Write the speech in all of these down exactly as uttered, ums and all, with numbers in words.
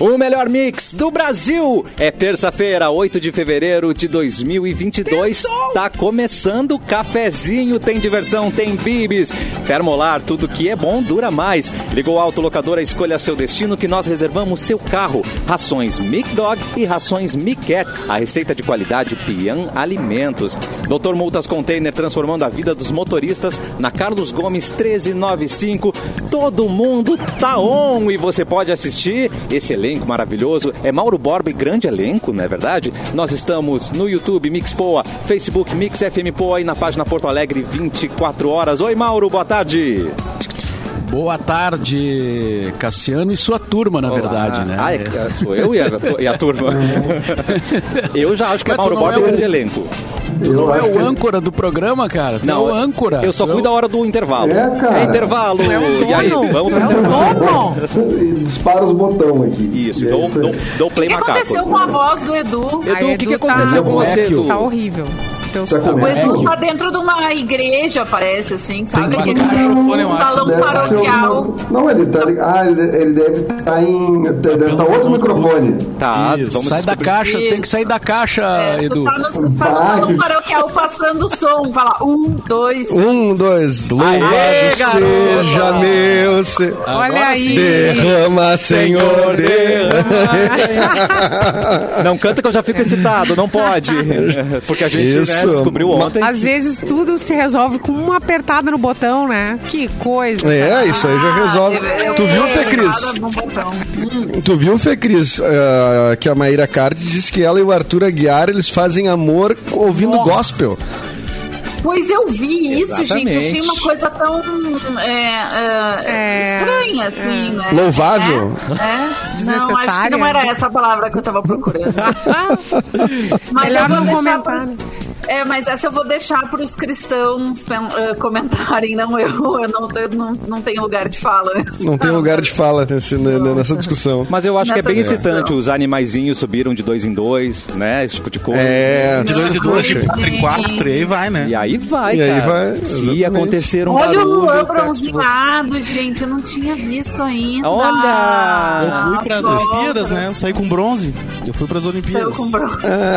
O melhor mix do Brasil. É terça-feira, oito de fevereiro de dois mil e vinte e dois. Terçou. Tá começando o cafezinho, tem diversão, tem bibis. Termolar, tudo que é bom dura mais. Ligou a autolocadora, escolha seu destino que nós reservamos seu carro. Rações Mic Dog e rações Mic Cat. A receita de qualidade Pian Alimentos. doutor Multas Container, transformando a vida dos motoristas. Na Carlos Gomes treze noventa e cinco. Todo mundo tá on e você pode assistir esse elenco maravilhoso. É Mauro Borba e grande elenco, não é verdade? Nós estamos no YouTube Mix Poa, Facebook Mix F M Poa e na página Porto Alegre vinte e quatro horas. Oi, Mauro, boa tarde. Boa tarde, Cassiano e sua turma, na Olá. verdade, né? Ah, é, sou eu e a, e a turma. Eu já acho que é Mauro Borba e grande elenco. Tu não é o âncora do programa, cara? Tu não, é o âncora. Eu só cuido da hora do intervalo. É, cara. É intervalo. É um e aí, vamos pro intervalo. E dispara os botões aqui. Isso, dou, isso dou, dou play macaco. O que aconteceu com a voz do Edu? Edu, o que, que tá, aconteceu com você, Edu? Tá horrível. Então, tá o Edu tá dentro de uma igreja, parece, assim, sabe? Tem Aquele um salão paroquial. Um... Não, ele tá... Ah, ele, ele deve estar tá em... Deve estar tá outro microfone. Tá, vamos Sai da caixa, Isso. tem que sair da caixa, é, Edu. Tu tá no, tá no salão paroquial passando o som. Fala, um, dois... Um, dois, louvado Aê, seja meu... Se... Olha aí. Derrama, Senhor, derrama. Não canta que eu já fico excitado, não pode. Porque a gente... Isso. Né, descobriu ontem. Às vezes tudo se resolve com uma apertada no botão, né? Que coisa. É, sabe? Isso aí já resolve. Ah, tu viu, Fê Cris? Tu viu, Fê Cris, uh, que a Maíra Cardi disse que ela e o Arthur Aguiar, eles fazem amor ouvindo oh. gospel. Pois eu vi isso, Exatamente. gente. Eu achei uma coisa tão é, é, é, estranha, assim, é. né? Louvável? É? é? Não, acho que não era essa a palavra que eu tava procurando. Mas melhor eu vou não deixar comentar. Pra... É, mas essa eu vou deixar para os cristãos uh, comentarem, não eu. Eu não, eu não, não tenho lugar de fala. Nessa. Não tem lugar de fala nesse, não. nessa discussão. Mas eu acho nessa que é bem discussão. excitante. Os animaizinhos subiram de dois em dois, né? Esse tipo de coisa. É, de dois em dois, de quatro em quatro, e aí vai, né? E aí vai, e cara. aí vai, se acontecer um Olha barulho... Olha o Luan bronzeado, gente. Eu não tinha visto ainda. Olha! Eu fui para as Olimpíadas, né? Eu saí com bronze. Eu fui para as Olimpíadas. Saiu com bronze.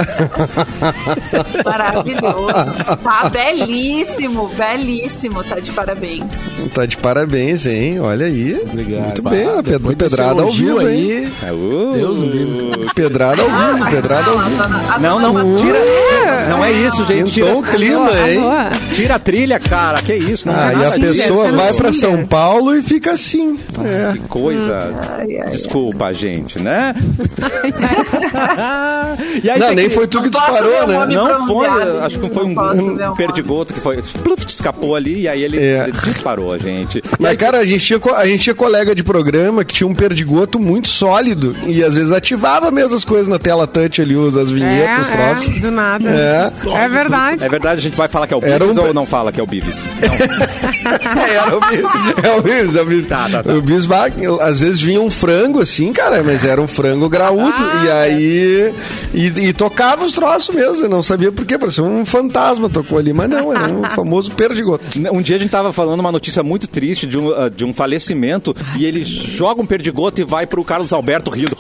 Maravilhoso. Tá belíssimo, belíssimo. Tá de parabéns. Tá de parabéns, hein? Olha aí. Obrigado. Muito bem, a ped- pedrada ao vivo, aí. hein? Uh, Deus o livre. Pedrada ao vivo, pedrada ao vivo. Não, não, tira. Não é isso, gente. Tira Então o clima, hein? Tira a trilha, cara. Que isso? Não Ah, é e nada a pessoa disso. vai pra São Paulo e fica assim. É. Que coisa. Ai, ai, Desculpa, gente, né? E aí, Não, tem nem que- foi tu que Não posso ver disparou, o né? homem Não foi, bronzeado, acho que gente, foi não posso ver um, o um homem. perdigoto que foi. Pluf, escapou ali e aí ele, É. ele disparou a gente. E Mas, aí, cara, a gente, tinha, co- a gente tinha colega de programa que tinha um perdigoto muito sólido e às vezes ativava mesmo as coisas na tela touch ali, os- as vinhetas, os troços. É, do nada. É. É verdade. é verdade, a gente vai falar que é o Era Bibis um- ou não fala que é o Bibis? É, era o bis, é o bis, é o bis. Tá, tá, tá. O bis, bah, às vezes vinha um frango assim, cara, mas era um frango graúdo. Ah, e aí. E, e tocava os troços mesmo, eu não sabia por quê, parecia um fantasma tocou ali, mas não, era um famoso perdigoto. Um dia a gente tava falando uma notícia muito triste de um, uh, de um falecimento e ele joga um perdigoto e vai pro Carlos Alberto rindo.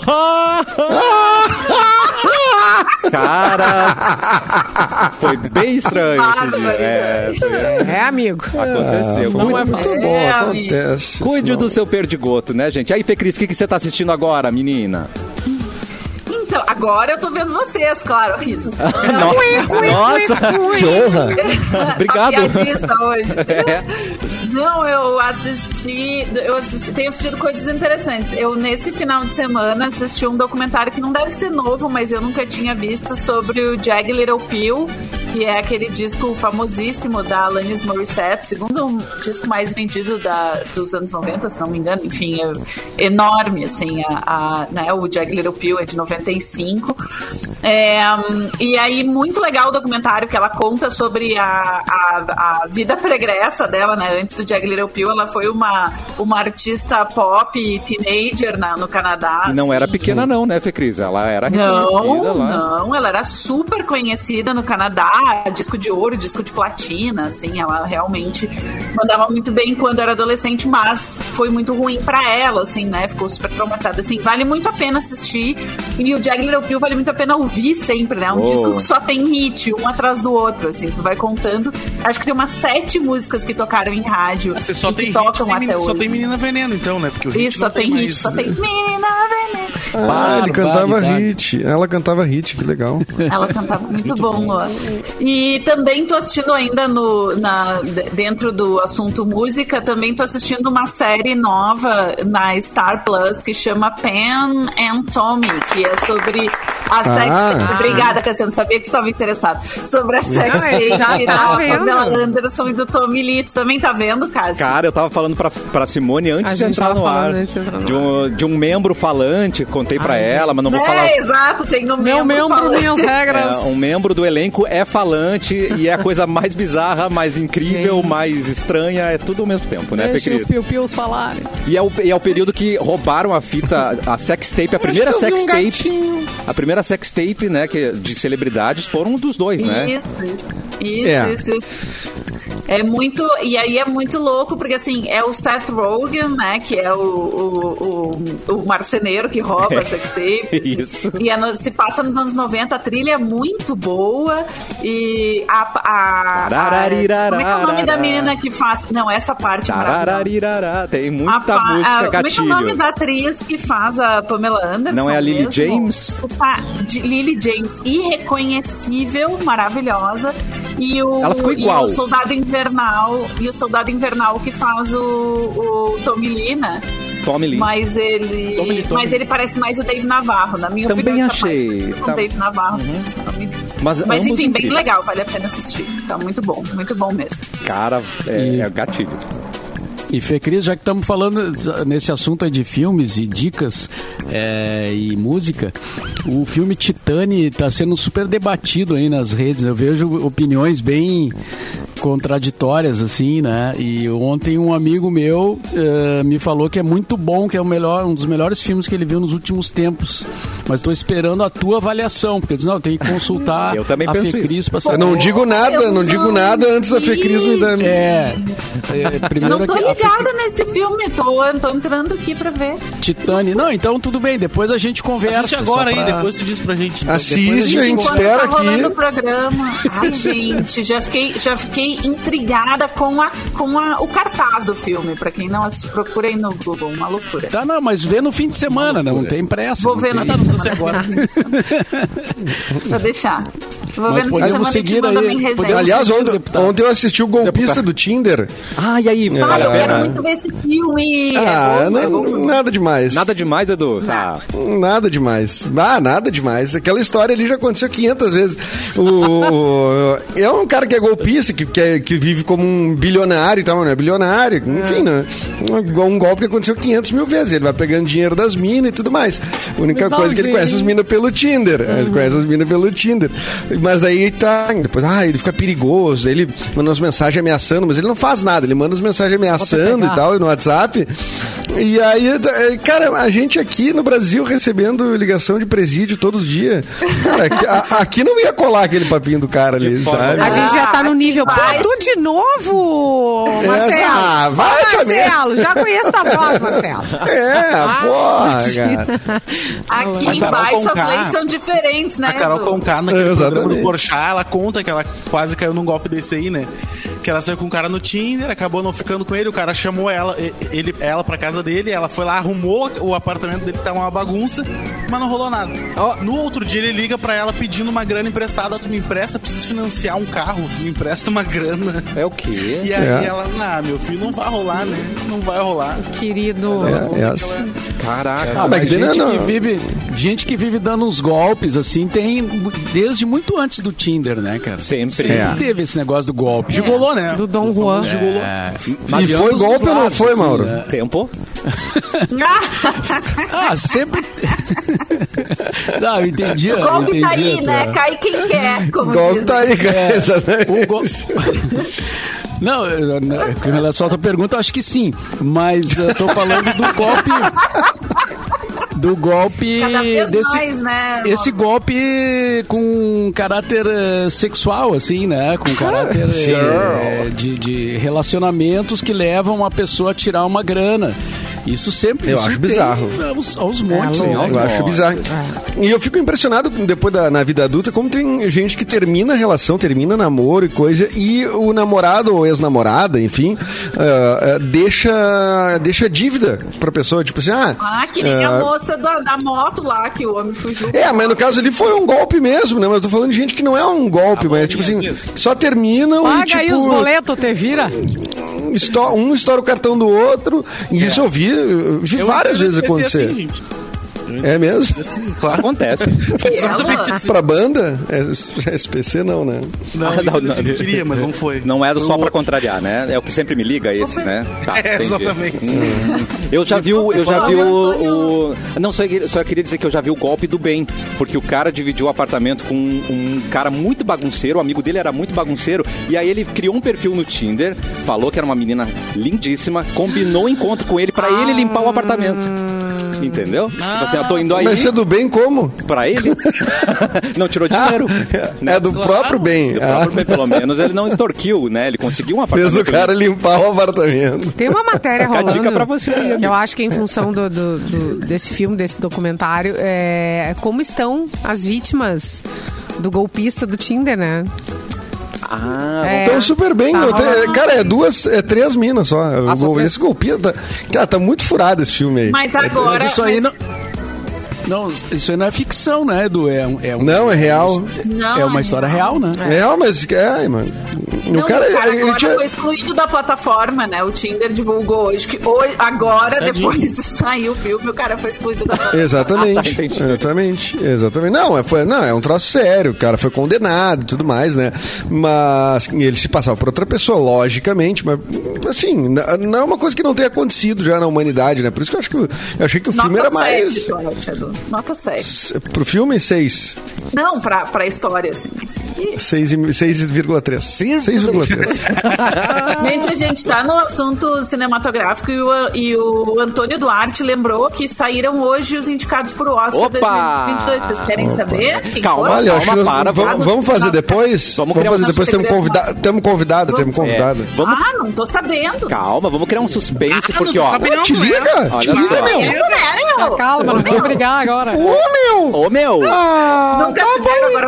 Cara, foi bem estranho esse dia. É, É, amigo. aconteceu. Muito, Cuide, muito bom, É, acontece. cuide senão- do seu perdigoto, né, gente? Aí, Fê Cris, o que, que você tá assistindo agora, menina? Então, agora eu tô vendo vocês, claro. Isso. Nossa, Que honra! obrigado. A piadista hoje. É. Não, eu assisti, eu assisti, tenho assistido coisas interessantes. Eu, nesse final de semana, assisti um documentário que não deve ser novo, mas eu nunca tinha visto, sobre o Jagged Little Pill, que é aquele disco famosíssimo da Alanis Morissette, segundo um disco mais vendido da, dos anos noventa, se não me engano. Enfim, é enorme, assim, a, a, né, o Jagged Little Pill é de noventa e cinco. É, e aí, muito legal o documentário que ela conta sobre a, a, a vida pregressa dela, né? Antes do Jag Little Pill, ela foi uma, uma artista pop teenager na, no Canadá. E não assim. era pequena não, né, Fê Cris? Ela era reconhecida não, lá. Não, ela era super conhecida no Canadá, disco de ouro, disco de platina, assim, ela realmente mandava muito bem quando era adolescente, mas foi muito ruim pra ela, assim, né? Ficou super traumatizada, assim, vale muito a pena assistir. E o Jag Little Pill vale muito a pena ouvir sempre, né? Um oh. disco que só tem hit, um atrás do outro, assim, tu vai contando. Acho que tem umas sete músicas que tocaram em rádio. Você só e tem que hit, tocam tem até menina, hoje. Só tem Menina Veneno, então, né? Porque o hit Isso, só tem tem hit, mais... só tem Menina Veneno. Ah, ele cantava Barbaridade. hit. Ela cantava hit, que legal. Ela cantava muito, muito bom, Lua. E também tô assistindo ainda no, na, dentro do assunto música, também tô assistindo uma série nova na Star Plus que chama Pam and Tommy, que é sobre a Ah. sex... Obrigada, Cassiano, sabia que tu estava interessado. Sobre a sex Não, já tape tá da vendo. Pamela Anderson e do Tommy Lee. Tu também tá vendo, Cássio? Cara, eu tava falando pra, pra Simone antes A de gente entrar tava no ar. falando antes de entrar no De um, de um membro falante, contei pra Ai, ela, mas não vou é, falar. exato, tem no Meu membro, falando. minhas regras. É, um membro do elenco é falante e é a coisa mais bizarra, mais incrível, Gente. mais estranha, é tudo ao mesmo tempo, né, Fê Deixa Cris? os piu-pius falarem. E é, o, e é o período que roubaram a fita, a sextape, a primeira Acho que eu vi um sextape. gatinho. A primeira sextape, né, que, de celebridades foram dos dois, né? Isso, isso, É. isso, isso. É muito, e aí é muito louco, porque assim, é o Seth Rogen, né, que é o, o, o, o marceneiro que rouba a sextape. Isso. E é no- se passa nos anos noventa, a trilha é muito boa, e a... a, a Tarararirarara. como é que é o nome da menina que faz... Não, essa parte é maravilhosa. Tarararirará, tem A muita pa- música a- Como é que é o gatilho. nome da atriz que faz a Pamela Anderson? Não é a Lily mesmo? James? Tá, de Lily James, irreconhecível, maravilhosa. E o, Ela ficou e igual. o Soldado Invernal, e o Soldado Invernal que faz o, o Tommy Lee, né? Tommy Lee. Mas ele, Tommy Lee, Tommy. mas ele parece mais o Dave Navarro, na minha Também opinião. achei. Tá mais parecido com Tá. o Dave Navarro. Mas, Mas ambos enfim, bem incríveis. legal, vale a pena assistir. Tá muito bom, muito bom mesmo. Cara, é, E- é gatilho. E Fê Cris, já que estamos falando nesse assunto aí de filmes e dicas é, e música, o filme Titane está sendo super debatido aí nas redes. Eu vejo opiniões bem contraditórias, assim, né? E ontem um amigo meu eh, me falou que é muito bom, que é o melhor, um dos melhores filmes que ele viu nos últimos tempos. Mas estou esperando a tua avaliação, porque eu disse, não, tem que consultar Eu também a penso Fê Cris para Eu saber. não digo nada, Eu não digo não nada antes da Fê Cris me dar. É, é, primeiro Não tô que a Fê ligada nesse filme, tô, tô entrando aqui pra ver. Titane. Não, então tudo bem, depois a gente conversa. Assiste agora só aí, pra- depois tu diz pra gente. Então, Assiste, depois a gente Enquanto espera tá rolando o aqui. programa. Ai, gente, já fiquei, já fiquei intrigada com, a, com a, o cartaz do filme. Pra quem não assistiu, procura aí no Google, uma loucura. Tá, não, mas vê no fim de semana, não tem pressa. Vou não ver tem- no Ah, tá, não sei agora. Vou Mas ver no fim de podemos semana e te seguir mando a aí, minha resenha. podemos- Aliás, seguir, ontem, deputado. ontem eu assisti o golpista do Tinder. Ah, e aí? Ai, Vale a eu quero pena? muito ver esse filme. Ah, é bom, é não- bom. nada demais. Nada demais, Edu? Tá. Nada demais. Ah, nada demais. Aquela história ali já aconteceu quinhentas vezes. O, é um cara que é golpista, que, que, é- que vive como um bilionário e tal, não é bilionário. Enfim, né? Um, um golpe que aconteceu quinhentas mil vezes. Ele vai pegando dinheiro das minas e tudo mais. A única Me coisa é que ele dá um conhece as minas pelo Tinder. Ele conhece as minas pelo Tinder. Mas aí tá. Depois, ah, ele fica perigoso. Ele manda umas mensagens ameaçando, mas ele não faz nada. Ele manda umas mensagens ameaçando e tal no WhatsApp. E aí, cara, a gente aqui no Brasil recebendo ligação de presídio todos os dias. Cara, aqui, a- aqui não ia colar aquele papinho do cara ali, foda. sabe? A gente já tá no Ah, nível. que Pô, baixo. tu de novo, Marcelo. ah, vai, Ô, tia Marcelo, já conheço tua voz, Marcelo. É, porra, cara. Aqui A Carol embaixo as Conká- leis são diferentes, né? A Carol Edu? Conká, naquele Exatamente. programa do Porchat, ela conta que ela quase caiu num golpe desse aí, né? Que ela saiu com um cara no Tinder, acabou não ficando com ele, o cara chamou ela, ele, ela pra casa dele, ela foi lá, arrumou o apartamento dele, que tava uma bagunça, mas não rolou nada. No outro dia ele liga pra ela pedindo uma grana emprestada, tu me empresta, preciso financiar um carro, me empresta uma grana. É o quê? E aí É. ela, ah, meu filho, não vai rolar, né? Não vai rolar. Querido. É, é assim. Caraca. Ah, Mas mas que gente, não- que vive, gente que vive dando uns golpes, assim, tem desde muito antes do Tinder, né, cara? Sempre. Sempre É. teve esse negócio do golpe. Gigolô, né? Do Dom Juan. Gigolô. É, E de foi ambos golpe os ou não lados, foi, assim, Mauro? né? Tempo? Ah, sempre. Não, eu entendi. O golpe entendi, tá aí, tá. né? Cai quem quer, como O golpe dizem. tá aí, cara. É, Exatamente. o go... Não, eu- eu- com relação à tua pergunta, eu acho que sim. Mas eu tô falando do golpe. Do golpe. Cada vez desse, mais, né? Esse golpe com caráter eh, sexual, assim, né? Com caráter eh, de, de relacionamentos que levam a pessoa a tirar uma grana. Isso sempre. Eu isso acho tem bizarro. Aos, aos montes, louco. né? Eu acho bizarro. E eu fico impressionado com- depois da, na vida adulta como tem gente que termina a relação, termina namoro e coisa, e o namorado ou ex-namorada, enfim, ah, ah, deixa, deixa dívida pra pessoa. Tipo assim, ah. Ah, que nem ah, a moça da, da moto lá, que o homem fugiu. É, mas no caso ali foi um golpe mesmo, né? Mas eu tô falando de gente que não é um golpe, mas é tipo assim, só terminam e Paga tipo. aí os boletos, te vira. esto- um estoura o cartão do outro. E isso eu vi, eu vi Eu várias entrei vezes nesse acontecer. assim, gente. É mesmo? Claro. Acontece. Ela, Pra banda? É, S P C não, né? Não, Ah, não, não. eu queria, mas não foi. Não é só Eu- pra contrariar, né? É o que sempre me liga esse, né? Tá, É, entendi. exatamente. Eu já vi o. Eu já vi o, Antônio. o- não, só, só queria dizer que eu já vi o golpe do bem. Porque o cara dividiu o apartamento com um, um cara muito bagunceiro, o amigo dele era muito bagunceiro, e aí ele criou um perfil no Tinder, falou que era uma menina lindíssima, combinou um encontro com ele pra ele limpar o apartamento. Entendeu? Tipo assim, eu tô indo aí Mas ser do bem como? pra ele. Não tirou dinheiro. É do próprio bem. Do Ah, próprio bem, pelo menos ele não extorquiu, né? Ele conseguiu um apartamento. fez o cara limpar o apartamento. Tem uma matéria Fica a rolando. dica pra você aí, amigo. Eu acho que em função do, do- do- desse filme, desse documentário, é como estão as vítimas do golpista do Tinder, né? Ah, É. Então super bem. Tá eu te- rolando. cara, é duas, é três minas só. Ah, só O- três? esse golpista. Cara, tá muito furado esse filme aí. mas agora. Mas isso aí mas- não. Não, isso aí não é ficção, né, Edu? É, um- é um- Não, é real. Não, É uma história real, né? É real, mas. É, mano. Não, o cara, ele agora tinha. foi excluído da plataforma, né? O Tinder divulgou hoje que hoje, agora, depois de sair o filme, o cara foi excluído da plataforma. Exatamente, Entendi. exatamente, exatamente. Não, é, foi, não, é um troço sério, o cara foi condenado e tudo mais, né? Mas ele se passava por outra pessoa, logicamente, mas assim, n- não é uma coisa que não tenha acontecido já na humanidade, né? Por isso que eu acho que eu, eu achei que o filme era mais. sete, tu acha, Edu? Nota sete. Pro filme, seis. Não, pra, pra história, assim. E, seis vírgula três. seis vírgula três. gente, a gente tá no assunto cinematográfico e o, e o Antônio Duarte lembrou que saíram hoje os indicados pro Oscar Opa! dois mil e vinte e dois. Vocês querem saber? Quem Calma, foi? Olha, eu acho que Calma, nós- para, vamos, vamos- vamos fazer depois? Vamos Vamos, criar fazer um depois, temos segredo. convidada, temos convidada, temos convidada. É, vamos, Ah, não tô sabendo. calma, vamos criar um suspense, Ah, porque, não ó. sabe não, Te né? liga, Olha te liga, só. meu. É, né, meu? Calma, não vamos brigar agora. Ô, meu! Ô, meu! Ah, Nunca tá se viram, bom agora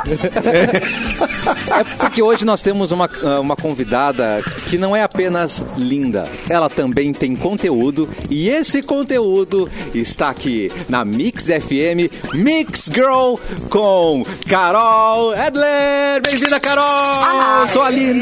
então. É porque hoje nós temos uma, uma convidada que não é apenas linda, ela também tem conteúdo, e esse conteúdo está aqui na Mix F M, Mix Girl com Carol Edler. Bem-vinda, Carol! Sua linda!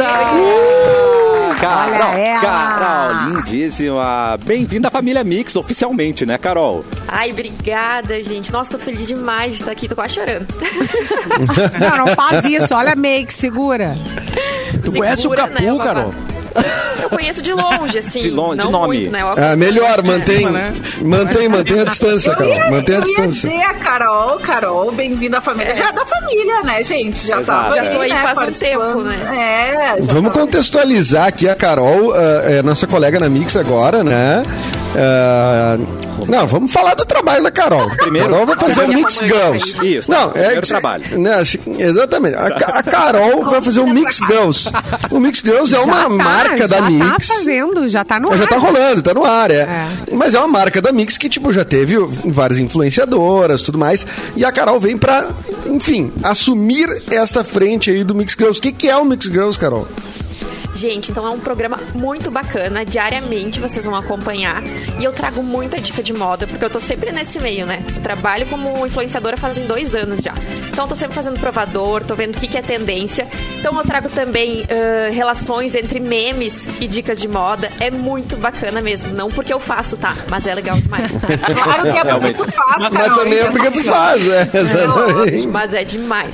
Carol, Olha ela! Carol, lindíssima! Bem-vinda à família Mix, oficialmente, né, Carol? Ai, obrigada, gente. Nossa, tô feliz demais de estar aqui. Tô quase chorando. Não, não faz isso. Olha a make, segura. Tu conhece o Segura, Capu, né, babá? Carol? Eu conheço de longe, assim. De longe, de não nome. muito, né? Eu Ah, melhor, acompanho, mantém, né? mantém, mantém a distância, Eu Carol. ia, Mantém a eu ia distância. dizer a Carol, Carol, bem-vinda à família. Já é da família, né, gente? Já Exato. tava Já aí, tô aí né, faz um participando. tempo, né? É, já Vamos tava- contextualizar aqui a Carol, ah, é nossa colega na Mix agora, né? Ah, não, vamos falar do trabalho da Carol. Primeiro- Carol vai fazer o Primeiro- Mix Girls. Isso, Não, é primeiro que- trabalho. né, assim, exatamente. A, Ca- a Carol vai fazer o Mix Girls. O Mix Girls é Já uma tá, marca da já Mix. tá fazendo, já tá no Já ar. tá rolando, tá no ar, é. É. Mas é uma marca da Mix que, tipo, já teve várias influenciadoras, tudo mais. E a Carol vem pra, enfim, assumir esta frente aí do Mix Girls. O que, que é o Mix Girls, Carol? Gente, então é um programa muito bacana. Diariamente vocês vão acompanhar. E eu trago muita dica de moda, porque eu tô sempre nesse meio, né? Eu trabalho como influenciadora fazem dois anos já. Então eu tô sempre fazendo provador, tô vendo o que, que é tendência. Então eu trago também ah, relações entre memes e dicas de moda. É muito bacana mesmo. Não porque eu faço, tá? Mas é legal demais. Claro que é muito fácil, Mas Carol, também é então porque tu não- faz, é, exatamente. Mas é demais.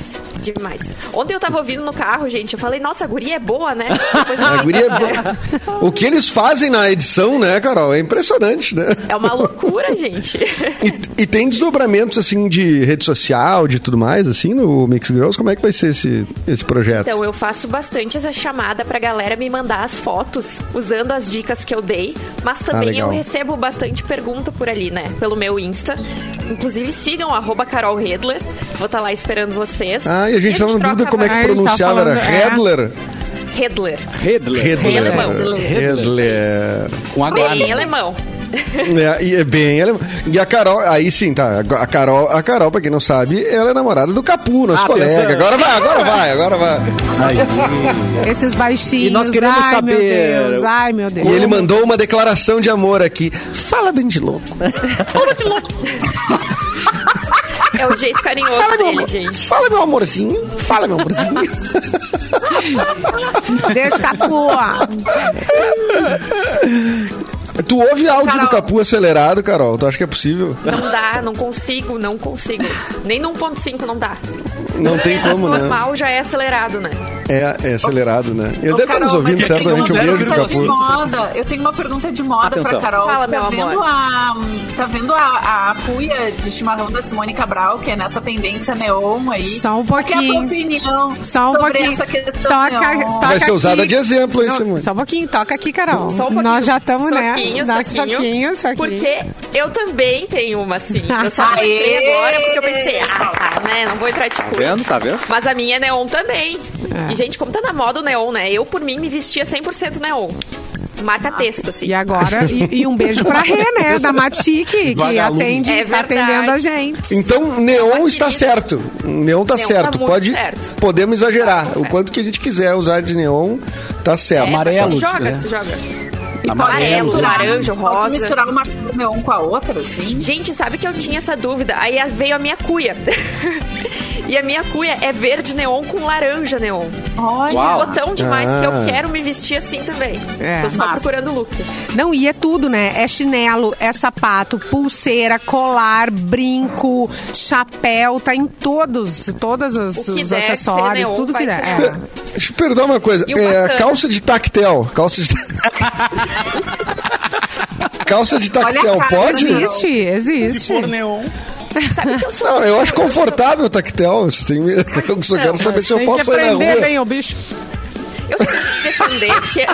demais. Ontem eu tava ouvindo no carro, gente, eu falei, nossa, a guria é boa, né? Depois eu... A guria é boa. O que eles fazem na edição, né, Carol? É impressionante, né? É uma loucura, gente. E, e tem desdobramentos, assim, de rede social, de tudo mais, assim, no Mix Girls? Como é que vai ser esse, esse projeto? Então, eu faço bastante essa chamada pra galera me mandar as fotos, usando as dicas que eu dei, mas também Ah, eu legal. recebo bastante pergunta por ali, né? Pelo meu Insta. Inclusive, sigam arroba Carol Redler. Vou estar lá esperando vocês. Ah, e a gente tava na dúvida como é que Ah, a gente pronunciava, tava era falando, é. Redler? Redler. Redler. Redler. alemão. Redler. Com H, Bem né? alemão. É, e é bem alemão. E a Carol, aí sim, tá. A Carol, a Carol, pra quem não sabe, ela é namorada do Capu, nosso Atenção. colega. Agora vai, agora vai, agora vai. Esses baixinhos. E nós queremos ai, saber- Meu Deus, ai, meu Deus. E ele mandou uma declaração de amor aqui. Fala bem de louco. É o jeito carinhoso Fala, meu dele, amor. gente. Fala, meu amorzinho. Fala, meu amorzinho. Deixa Capu. Tu ouve áudio Carol. do Capu acelerado, Carol? Tu acha que é possível? Não dá, não consigo, não consigo. Nem no um ponto cinco não dá. Não tem como, né? Normal já é acelerado, né? É, é acelerado, né? Ele Ô, deve estar nos Carol, ouvindo, mas eu tenho certamente. Um uma beijo pro pergunta de Capu. moda. Eu tenho uma pergunta de moda Atenção. pra Carol. Fala, tá meu vendo amor. a Tá vendo a, a cuia de chimarrão da Simone Cabral, que é nessa tendência neon aí? Só um Qual que é a tua pouquinho. opinião Só um sobre pouquinho. essa questão Toca, neon? toca Vai ser usada aqui. de exemplo aí, Não, Simone. Só um pouquinho, toca aqui, Carol. Só um pouquinho. Nós já estamos, né? Soquinho, Dá soquinho. soquinho, soquinho. Porque eu também tenho uma, assim. Eu só Aê! lembrei agora porque eu pensei, ah, né, não vou entrar de Tá cura. vendo? Tá vendo? Mas a minha é neon também. É. E, gente, como tá na moda o neon, né? Eu, por mim, me vestia cem por cento neon. Marca texto, assim. E agora, e, e um beijo pra Rê, né? Da Matique, que Vagalume. atende, É tá verdade. atendendo a gente. Então, neon Uma está querida. certo. Neon tá Neon certo. tá muito Pode, certo. Podemos exagerar. Tá o quanto que a gente quiser usar de neon, tá certo. É, Amarelo, Se joga, né? se joga. E pode Amarelo, misturar- laranja, Pode rosa. misturar uma cor neon com a outra, assim? Gente, sabe que eu tinha essa dúvida? Aí veio a minha cuia. E a minha cuia é verde neon com laranja neon. Olha. Uau. Ficou tão demais que eu Ah. quero me vestir assim também. É. Tô só Massa. procurando look. Não, e é tudo, né? É chinelo, é sapato, pulseira, colar, brinco, chapéu, tá em todos, todos os, O que os der de ser acessórios, neon tudo que vai der. ser É. Deixa eu perguntar uma coisa. E o É, bacana? calça de tactel. Calça de... calça de tactel, Olha a cara, pode? Não. Existe, Se existe. for neon. Sabe que eu sou. Não, eu acho confortável o tactel. Vocês têm- Eu só quero saber se eu Tem posso que sair na aprender rua. bem o bicho. Eu só tenho que defender que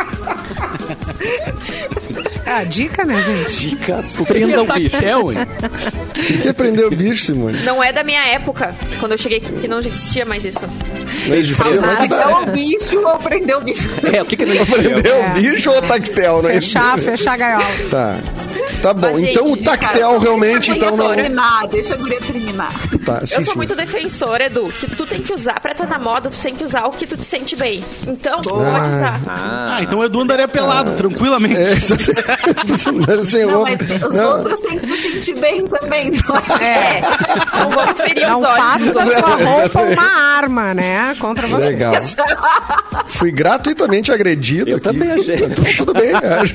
É a dica, né, gente? Dicas. Prenda o bicho. Tactel, hein? Tem que aprender o bicho, Simone. não é da minha época. Quando eu cheguei aqui, que não existia mais isso. Não existia, mas Prendeu o bicho ou prendeu o bicho? É, o que que não aprender É. o bicho ou tactel, né? Fechar, fechar a gaiola. Tá. Tá bom. Mas, então gente, o tactel realmente, Deixa a então não. guria terminar, deixa a guria terminar. Tá, sim, Eu sou sim. muito defensora, Edu, que tu tem que usar pra estar na moda, tu tem que usar o que tu te sente bem. Então, tu pode usar. Ah, então o Edu andaria pelado, tranquilamente. É, isso... Não, sem Não, roupa. mas os Não. outros têm que se sentir bem também. Então. É. Não vamos ferir Não os olhos faça dos da outros. sua roupa uma arma, né? Contra você. Legal. Fui gratuitamente agredido Eu aqui. também achei. Tudo, tudo bem, acho.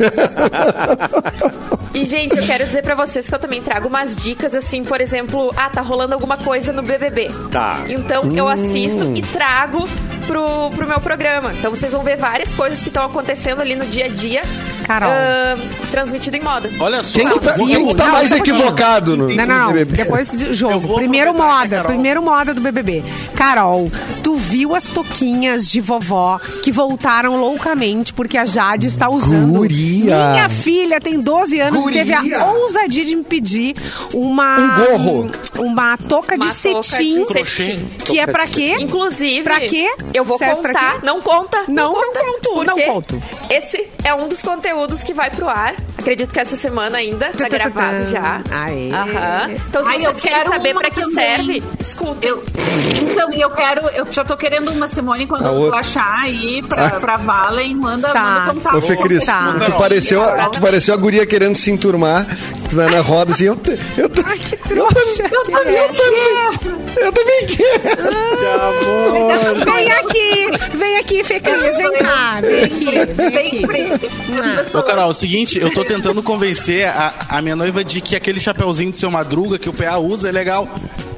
E, gente, eu quero dizer pra vocês que eu também trago umas dicas, assim, por exemplo, ah, tá rolando alguma coisa no B B B. Tá. Então, eu assisto e trago pro, pro meu programa. Então, vocês vão ver várias coisas que estão acontecendo ali no dia a dia. Carol. ah, transmitido em moda. Olha só. Quem que tá, eu vou- quem que tá Não, mais só um pouquinho. equivocado no, Não, no não, B B B? depois de Eu jogo. vou Primeiro aproveitar que a moda, Carol- primeiro moda do B B B. Carol, tu viu as toquinhas de vovó que voltaram loucamente porque a Jade está usando? Guria. Minha filha tem doze anos Guria. e teve a ousadia de me pedir uma... Um gorro. Uma touca de Uma touca cetim. de cetim. Que é pra quê? Inclusive, Pra quê? eu vou Serve pra contar. quê? Não conta. Não, não conta, conto, não porque conto. Esse é um dos conteúdos que vai pro ar. Acredito que essa semana ainda tá Tá, tá, tá, gravado tá. já. Aê. Aham. Então, se Ai, eu vocês querem quero saber uma pra que também. serve, escutem. Eu, então, e eu quero, eu já tô querendo uma, Simone, quando A eu outra. achar aí pra, pra Valen, manda, Tá. manda contar. Ô, Fê Cris, Tá. tu, pareceu, tu pareceu a guria querendo se enturmar na, na roda, assim, eu, te- eu, te- Que eu, trouxa. também- eu, também- eu também, eu também quero. Vem aqui, vem aqui, Fê Cris, vem cá, vem aqui, vem aqui. Ô, Carol, é o seguinte, eu tô tentando convencer a, a minha noiva de que aquele chapeuzinho de seu Madruga que o P A usa é legal.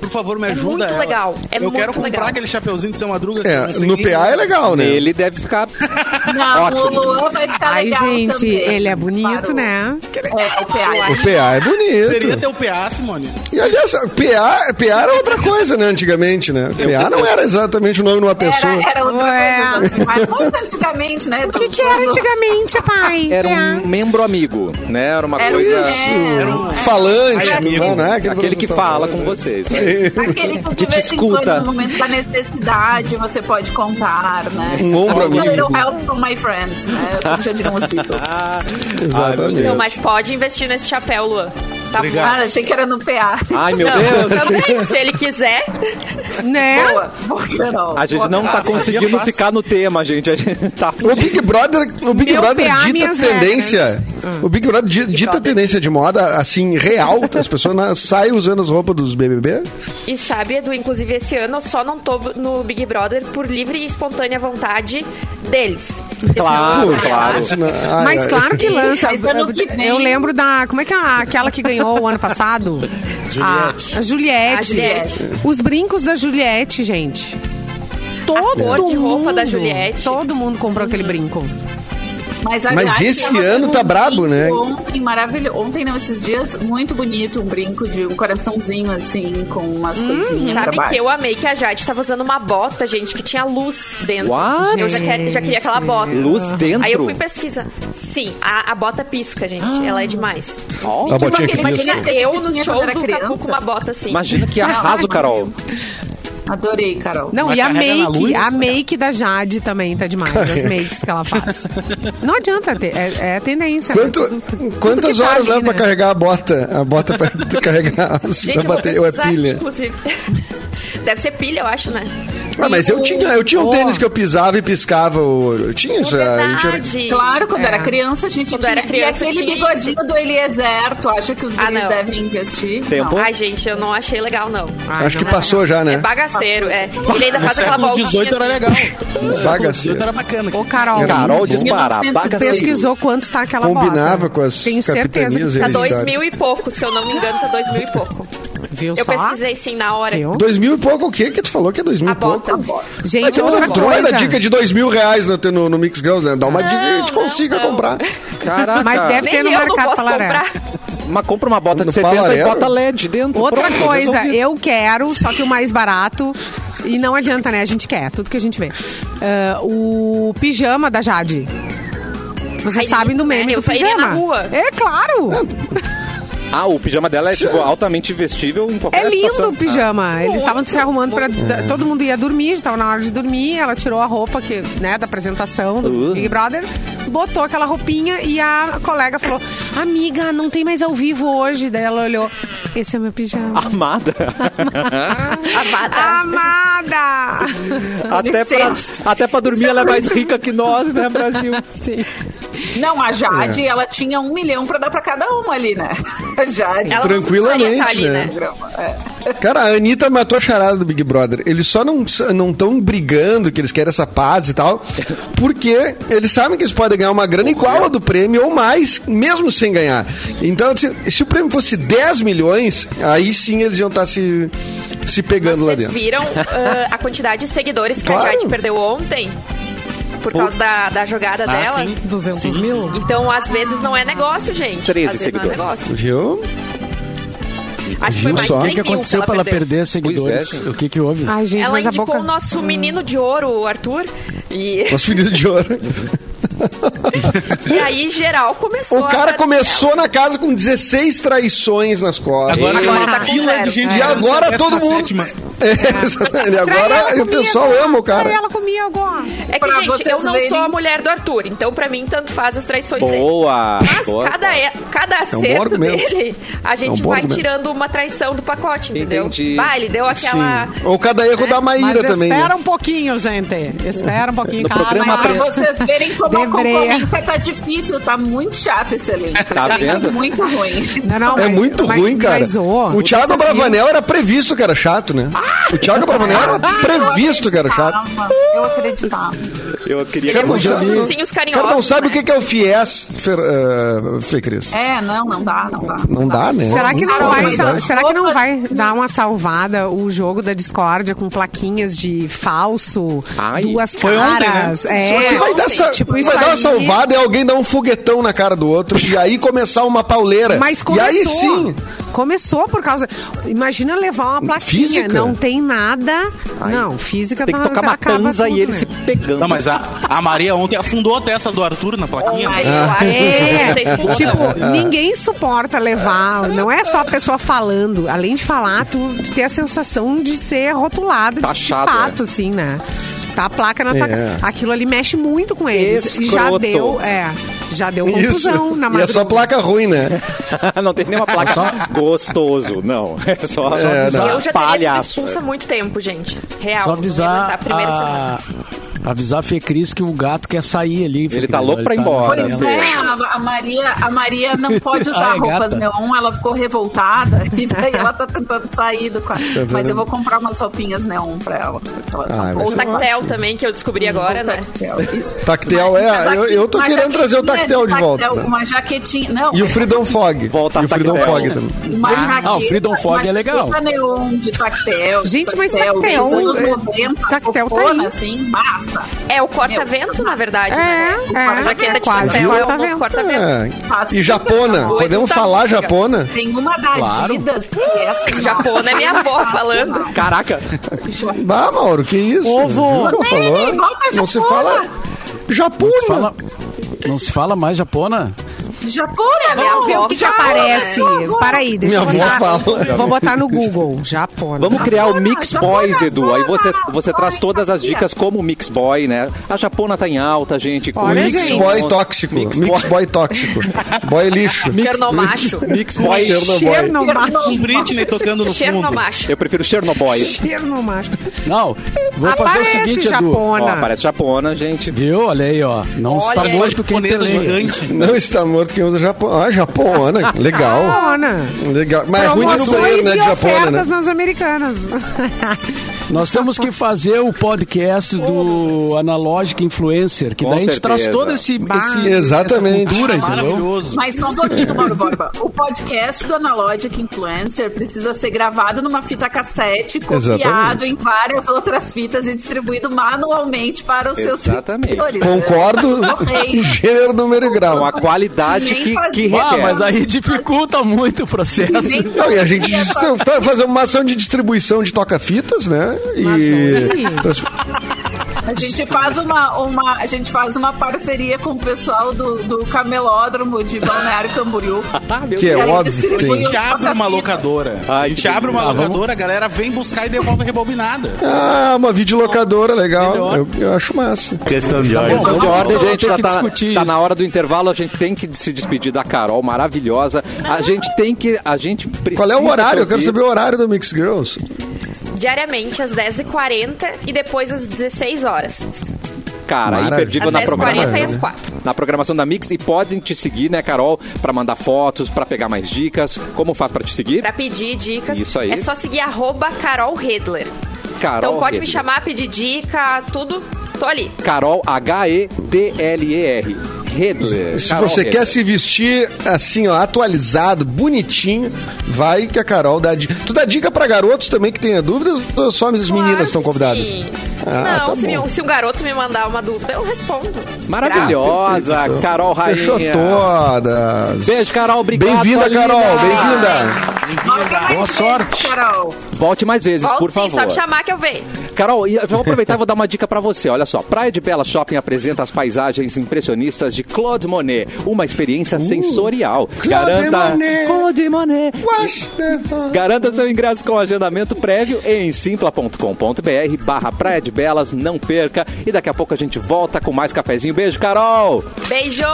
por favor, me É ajuda muito ela. legal, é Eu muito quero comprar legal. aquele chapeuzinho de Seu Madruga. que eu É, não sei no quem P A é legal, né? Ele deve ficar... Não, Ótimo. o Luan vai ficar Ai, legal gente, também. ele é bonito, Parou. né? É, o P A. O P A é bonito. Seria teu P A, Simone? E aliás, P A, P A era outra coisa, né, antigamente, né? P A não era exatamente o nome de uma pessoa. Era, era outra Ué. coisa. assim, Mas muito antigamente, né? O que, que era antigamente, pai? Era É. um membro amigo, né? Era uma Era coisa... Isso, É. um- falante, Ai, amigo. não, né? Aquele que fala com você. Isso aí. Aquele que Que de te vez em quando, escuta. no momento da necessidade, você pode contar, né? Um ombro A amigo. little help from my friends, né? Como já diriam os Beatles. Exatamente. Não, mas pode investir nesse chapéu, Luan. Tá Obrigado. Cara, achei que era no P A. Ai, meu Não, Deus. também, se ele quiser. Né? Boa, boa, não. A gente não tá Ah, conseguindo fácil. ficar no tema, gente. A gente tá O Big Brother, o Big Meu Brother P A, dita minhas tendência. O Big Brother di- dita Brother. tendência de moda assim real. As pessoas na- saem usando as roupas dos B B B. E sabe, Edu, inclusive esse ano eu só não tô no Big Brother por livre e espontânea vontade deles. Claro, Esse ano, claro. Isso não- ai, Mas ai. claro que lança. Mas ano que vem- Eu lembro da. Como é que é a- aquela que ganhou o ano passado? Juliette. A, a Juliette. A Juliette. Os brincos da Juliette, gente. Todo cor de mundo. roupa da Juliette. Todo mundo comprou aquele brinco. Mas, a Mas Jade esse tava ano com tá um brabo, brinco né? Ontem, maravilhoso. Ontem, não, esses dias, muito bonito. Um brinco de um coraçãozinho, assim, com umas coisinhas pra Sabe baixo. que eu amei que a Jade tava usando uma bota, gente, que tinha luz dentro. What? Eu já, quer- já queria aquela bota. Luz dentro? Aí eu fui pesquisar. Sim, a, a bota pisca, gente. Ela é demais. A botinha que Imagina pisca. que a gente Eu nos tinha shows quando era do Capu criança. com uma bota assim. Imagina que arraso, Carol. Adorei, Carol. Não, Mas e a carrega na make, luz? a make da Jade também tá demais, as makes que ela faz. Não adianta, ter, é, é tendência. Quanto, né? Tudo- quantas tudo que tá horas ali, leva pra né? carregar a bota? A bota pra carregar a Gente, eu vou bateria ou é pesquisar, pilha? inclusive. Deve ser pilha, eu acho, né? Ah, mas eu tinha, eu tinha um Oh. tênis que eu pisava e piscava o olho. Eu tinha isso. a gente era- Verdade. Claro, quando É. era criança, a gente Quando tinha. era criança, e aquele tinha bigodinho do Eliezer, tu acha que os Ah, guris não. devem investir? Tempo. Ai, gente, eu não achei legal, não. Ai, Acho que não, passou já, É né? bagaceiro, é. Ele ainda No faz aquela século volta. dezoito era legal. No século Bagaceiro. dezoito era bacana. Ô, Carol, Carol dispara. mil e novecentos Bagaceiro. pesquisou quanto tá aquela Combinava bota. com as Tenho certeza capitanias que Tá hereditárias. dois mil e pouco, se eu não me engano, tá dois mil e pouco. viu Eu só? pesquisei sim na hora. Viu? Dois mil e pouco o quê que tu falou que é dois mil A e pouco? bota. Gente, Mas outra tu não vai dar coisa. dica de dois mil reais no, no, no Mix Girls, né? Dá uma Não, dica que a gente não, consiga não. comprar. Caraca. Mas deve Nem ter no eu não mercado posso Palaré. comprar. Mas compra uma bota de No setenta Palaré. e bota L E D dentro. Outra Pronto, coisa, resolvido. eu quero, só que o mais barato. E não adianta, né? A gente quer, tudo que a gente vê. Ah, o pijama da Jade. Vocês Ai, sabem do meme é, eu do sairia pijama. na rua. É claro. Ah, o pijama dela é tipo, altamente vestível em qualquer É lindo situação. o pijama. Eles estavam Muito, se arrumando pra. muito. da- Todo mundo ia dormir, estava na hora de dormir. Ela tirou a roupa que, né, da apresentação do Uh. Big Brother, botou aquela roupinha e a colega falou: Amiga, não tem mais ao vivo hoje. Daí ela olhou: Esse é o meu pijama. Amada. Amada. Amada! até, pra, até pra dormir ela é mais rica que nós, né, Brasil? Sim. Não, a Jade, É. ela tinha um milhão pra dar pra cada uma ali, né? A Jade. Ela não Tranquilamente, precisaria tá ali, né? É. Cara, a Anitta matou a charada do Big Brother. Eles só não não estão brigando, que eles querem essa paz e tal, porque eles sabem que eles podem ganhar uma grana igual a do prêmio ou mais, mesmo sem ganhar. Então, se, se o prêmio fosse dez milhões, aí sim eles iam estar se, se pegando lá Vocês dentro. viram ah, a quantidade de seguidores que Claro. a Jade perdeu ontem? Por causa da, da jogada Ah, dela? sim. duzentos Sim, sim. mil? Então, às vezes, não é negócio, gente. treze às vezes seguidores. não é negócio. Viu? Acho que foi Viu mais só? de O cem que, que mil aconteceu que pra ela perdeu. perder seguidores? Pois é. O que que houve? Ai, gente, Ela mas a indicou boca. o nosso menino de ouro, o Arthur. E, Nosso filho de ouro. e aí, geral começou O a cara fazer começou na casa com dezesseis traições nas costas. Agora Agora tá tá uma com fila zero. de gente. E querendo agora ser a todo décima mundo- sétima. É, e agora Ela o pessoal comigo. ama o cara. Ela comigo. É que, Pra gente, vocês eu não verem- sou a mulher do Arthur, então pra mim tanto faz as traições dele. Boa. Mas boa, cada, boa. é, cada bom acerto argumento. dele, a gente É um bom vai argumento. tirando uma traição do pacote, entendeu? Entendi. Vai, ele deu aquela... Sim. Ou cada erro da Maíra Mas também. espera Né? um pouquinho, gente. Espera um pouquinho. No calma. programa Mas pra Apre- vocês verem como a Debreia. Isso tá difícil, tá muito chato esse elenco. Tá esse elenco vendo? é muito ruim. Não, não, É mas- muito mas- ruim, cara. mas, ô, o Thiago vocês Bravanel era previsto que era chato, né? O Thiago Bravanel era previsto que era chato. Eu acreditava. Eu queria Ele é que muito já- ursinhos O carinhosos. cara não sabe né? o que que é o FIES, Fer, uh, Fê Cris. É, não, não dá, não dá. Não dá, né? Será que não Carol, vai, mas- sal- será que não vai dar uma salvada o jogo da discórdia com plaquinhas de falso, Ai, duas foi ontem, caras? né? É, Só que vai dar, sa- tipo, vai isso dar uma aí- salvada e alguém dar um foguetão na cara do outro e aí começar uma pauleira. Mas e começou. aí sim. Começou por causa. Imagina levar uma plaquinha. Física? Não tem nada. Não, física tem que tá- tocar uma acaba tanza tudo, e ele né? se pegando. Não, mas a, a Maria ontem afundou a testa do Arthur na plaquinha. Ai, eu acho que É, tem que ser tipo, ninguém suporta levar, não é só a pessoa falando, além de falar, tu, tu ter a sensação de ser rotulado de, de Taxado, fato, é. assim, né? Tá a placa na tua É. cara. Aquilo ali mexe muito com eles. E já Escroto. deu, é, já deu Isso. confusão na E é só madrugada. placa ruim, né? Não tem nenhuma placa gostoso, não. É só, só É, não. Eu já teria sido palhaço. expulsa há muito tempo, gente. Real. Só não ia avisar aguentar a primeira semana. a, avisar a Fê Cris que o gato quer sair ali. Fê Ele tá Cris, louco pra ir tá- embora. Pois Fê. é, a, a Maria, a Maria não pode usar Ah, é roupas gata. neon, ela ficou revoltada e daí ela tá tentando sair do quarto. Mas eu vou comprar umas roupinhas neon pra ela. porque ela tá Ah, vai Ou ser tactel também, que eu descobri agora, né? Isso. Tactel é. Uma Eu, eu tô uma querendo trazer o jaquetinha tactel de volta. tactel, né? Uma jaquetinha. Não, E o Freedom Fog. Volta e o Freedom tactel. Fog também. Uma jaqueta, Ah, o Freedom Fog uma é legal. jaqueta neon de tactel. Gente, mas tactel, tactel, dos anos é, noventa, tactel tá fofona, aí. assim, basta. É o corta-vento, na verdade, né? É, é, A jaqueta de quase tactel é o corta-vento. novo corta-vento. É. Faço E super japona. favor. Podemos Tá falar bom, japona? Tem uma da Claro. Adidas que é assim. Japona é minha avó falando. Caraca. Bah, Mauro, que isso? Ovo. Viu o que ela falou? Ei, volta Não se japona. fala japona. Não se fala, não se fala mais japona? Japona, Vamos ver o que, que aparece. Para aí, deixa eu Minha avó botar. fala. Vou botar no Google. Japona. Vamos criar o Mix Japona, Boys, Edu. Aí você, Japona, você traz todas as dicas como Mix Boy, né? A japona tá em alta, gente. Olha, Mix gente. boy tóxico. Mix Mix, boy. boy tóxico. Boy lixo. Chernomacho. Mix Boy. Chernobyl. Com Britney tocando no fundo. Chernomacho. Eu prefiro Chernobyl. Chernomacho. Não, vou fazer o Aparece, seguinte, Edu. Japona. Ó, aparece japona, gente. Viu? Olha aí, ó. Não Olha está aí. morto quem Japonesa peleia. gigante. Não está morto quem usa japona. Ah, japona. Legal. Japona. Legal. Mas é ruim de ir no Promoções banheiro, né, e de japona, né? ofertas nas americanas. Nós temos que fazer o podcast do Analógico Influencer, que Com daí a gente certeza. traz todo esse, esse Exatamente. essa cultura, entendeu? Maravilhoso. Mas só um pouquinho, Mauro Borba. O podcast do Analogic Influencer precisa ser gravado numa fita cassete, copiado Exatamente. em várias outras fitas e distribuído manualmente para os seus Exatamente. seguidores. Concordo. Correio. Gênero, número e Com grau. a qualidade Nem que, fazia. que Ah, requer. mas aí dificulta muito o processo. Nem Não, e a gente fazia distri- pra- fazer uma ação de distribuição de toca-fitas, né? E. A gente faz uma, uma, a gente faz uma parceria com o pessoal do, do camelódromo de Balneário Camboriú. Que é E aí óbvio que distribui tem. A gente abre uma toca-fita. locadora. Ai, a gente que abre uma delícia. locadora, a galera vem buscar e devolve rebobinada. Ah, uma videolocadora legal. Melhor. Eu, eu acho massa. Questão de ordem. Questão de ordem, vamos gente, ter já que tá, discutir tá isso. na hora do intervalo, a gente tem que se despedir da Carol, maravilhosa. A gente tem que, a gente precisa... Qual é o horário? Eu quero ouvir. saber o horário do Mix Girls. Diariamente às dez e quarenta e depois às dezesseis horas. Cara, Maravilha. imperdível Às na dez e quarenta e programação. às quatro. Na programação da Mix, e podem te seguir, né, Carol, pra mandar fotos, pra pegar mais dicas. Como faz pra te seguir? Pra pedir dicas, Isso aí. é só seguir arroba Carol Redler. Carol Então pode me Redler. chamar, pedir dica, tudo, tô ali. Carol H E D L E R. Redler. Se Carol você Redler. quer se vestir assim, ó, atualizado, bonitinho, vai que a Carol dá dica. Tu dá dica pra garotos também que tenha dúvidas ou só as Claro meninas estão que convidadas? sim. Ah, Não, tá se, bom. me- se um garoto me mandar uma dúvida, eu respondo. Maravilhosa, Perfeito, então. Carol Rainha. Fechou todas. Beijo, Carol. Obrigado. Bem-vinda, sua Carol. linda. Bem-vinda. Volta mais Boa vezes, sorte. Carol. Volte mais vezes, Volto por sim, favor. só me chamar que eu venho. Carol, e eu vou aproveitar e vou dar uma dica pra você. Olha só, Praia de Bela Shopping apresenta as paisagens impressionistas de Claude Monet, uma experiência sensorial. Claude Monet. Claude Monet. Wash the fun. Garanta seu ingresso com agendamento prévio em simpla ponto com ponto br barra Praia de Belas. Não perca. E daqui a pouco a gente volta com mais cafezinho. Beijo, Carol! Beijo!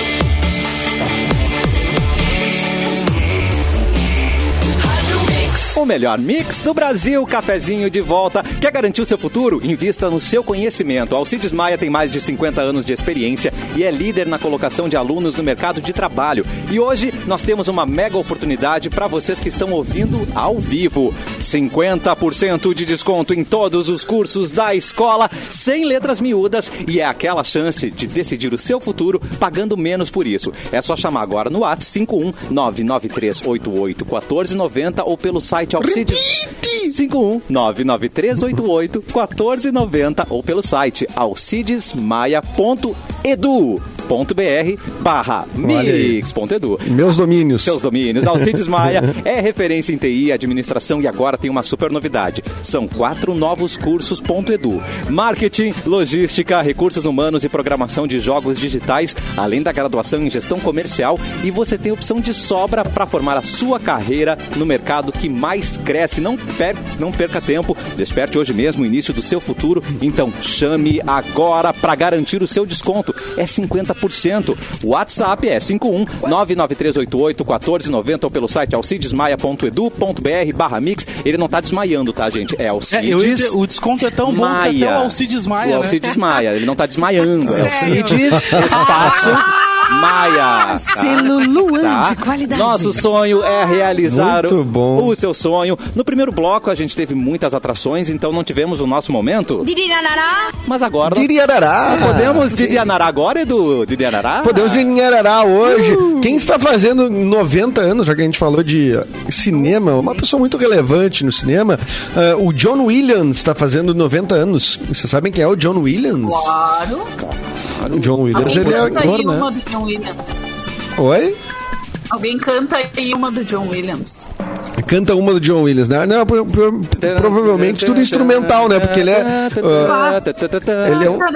Rádio Mix. O melhor mix do Brasil, cafezinho de volta. Quer garantir o seu futuro? Invista no seu conhecimento. A Alcides Maia tem mais de cinquenta anos de experiência e é líder na colocação de alunos no mercado de trabalho. E hoje nós temos uma mega oportunidade para vocês que estão ouvindo ao vivo. cinquenta por cento de desconto em todos os cursos da escola, sem letras miúdas, e é aquela chance de decidir o seu futuro pagando menos por isso. É só chamar agora no WhatsApp cinco um nove nove três oito oito um quatro nove zero ou pelo site Alcides cinco um nove nove três oito oito um quatro nove zero ou pelo site alcidesmaia ponto edu ponto br barra mix ponto edu. Meus domínios. Seus domínios. Alcides Maia é referência em T I, administração, e agora tem uma super novidade. São quatro novos cursos .edu. Marketing, logística, recursos humanos e programação de jogos digitais, além da graduação em gestão comercial, e você tem opção de sobra para formar a sua carreira no mercado que mais cresce. Não, per não perca tempo, desperte hoje mesmo o início do seu futuro, então chame agora para garantir o seu desconto. É cinquenta por cento. O WhatsApp é cinco um nove nove três oito oito um quatro nove zero ou pelo site alcidesmaia ponto edu ponto br barra mix. Ele não tá desmaiando, tá, gente? É Alcides. É, eu ia dizer, o desconto é tão bom Maia. que até o Alcides Maia, o Alcides né? Maia. Ele não tá desmaiando. É Alcides, espaço, Maia. Celuluan tá? de qualidade. Nosso sonho é realizar Muito bom. o seu sonho. No primeiro bloco a gente teve muitas atrações, então não tivemos o nosso momento. Mas agora... Diriarará. Podemos Dirianará agora, Edu? Dirianará? Podemos Diriarará hoje. Uh. Quem está fazendo noventa anos, já que a gente falou de cinema, uma pessoa muito relevante no cinema, uh, o John Williams está fazendo noventa anos. Vocês sabem quem é o John Williams? Claro. O John Williams, Alguém ele é canta ator, aí né? uma do John Williams. Oi? Alguém canta aí uma do John Williams. Canta uma do John Williams, né? Não, pro, pro, provavelmente tudo instrumental, né? Porque ele é... Uh, ele é um...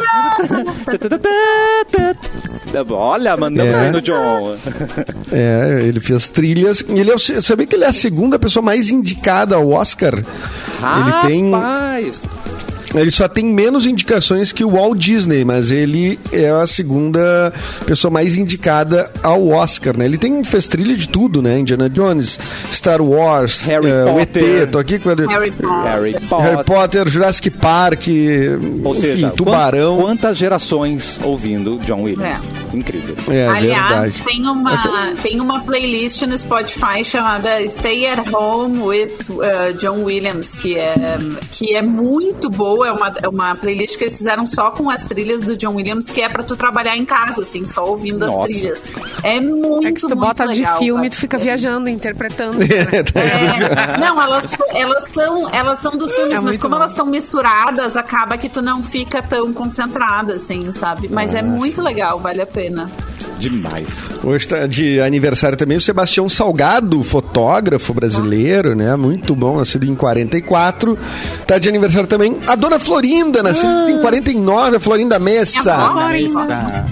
Olha, mandamos É. aí no John. É, ele fez trilhas. Ele é, o- sabia que ele é a segunda pessoa mais indicada ao Oscar? Ele tem... Rapaz! Ele só tem menos indicações que o Walt Disney, mas ele é a segunda pessoa mais indicada ao Oscar, né? Ele tem, fez trilha de tudo, né? Indiana Jones, Star Wars, Harry eh, o E Potter. T, tô aqui com ele. Harry Potter. Harry Potter. Harry Potter, Jurassic Park, Ou enfim, seja, Tubarão. quant- quantas gerações ouvindo John Williams? Incrível. É Aliás, verdade. tem uma, tem uma playlist no Spotify chamada Stay at Home with uh, John Williams, que é, que é muito boa. É uma, é uma playlist que eles fizeram só com as trilhas do John Williams, que é pra tu trabalhar em casa, assim, só ouvindo as Nossa. trilhas. É muito, É que se tu muito bota legal, de filme, cara. tu fica viajando, interpretando. É, não, elas, elas, são, elas são dos filmes, É mas muito como bom. elas estão misturadas, acaba que tu não fica tão concentrada, assim, sabe? Mas é muito legal, vale a pena. Demais. Hoje está de aniversário também o Sebastião Salgado, fotógrafo brasileiro, né? Muito bom, nascido em quarenta e quatro. Tá de aniversário também a Dona Florinda, nascida em quarenta e nove, a Florinda Messa. Tá.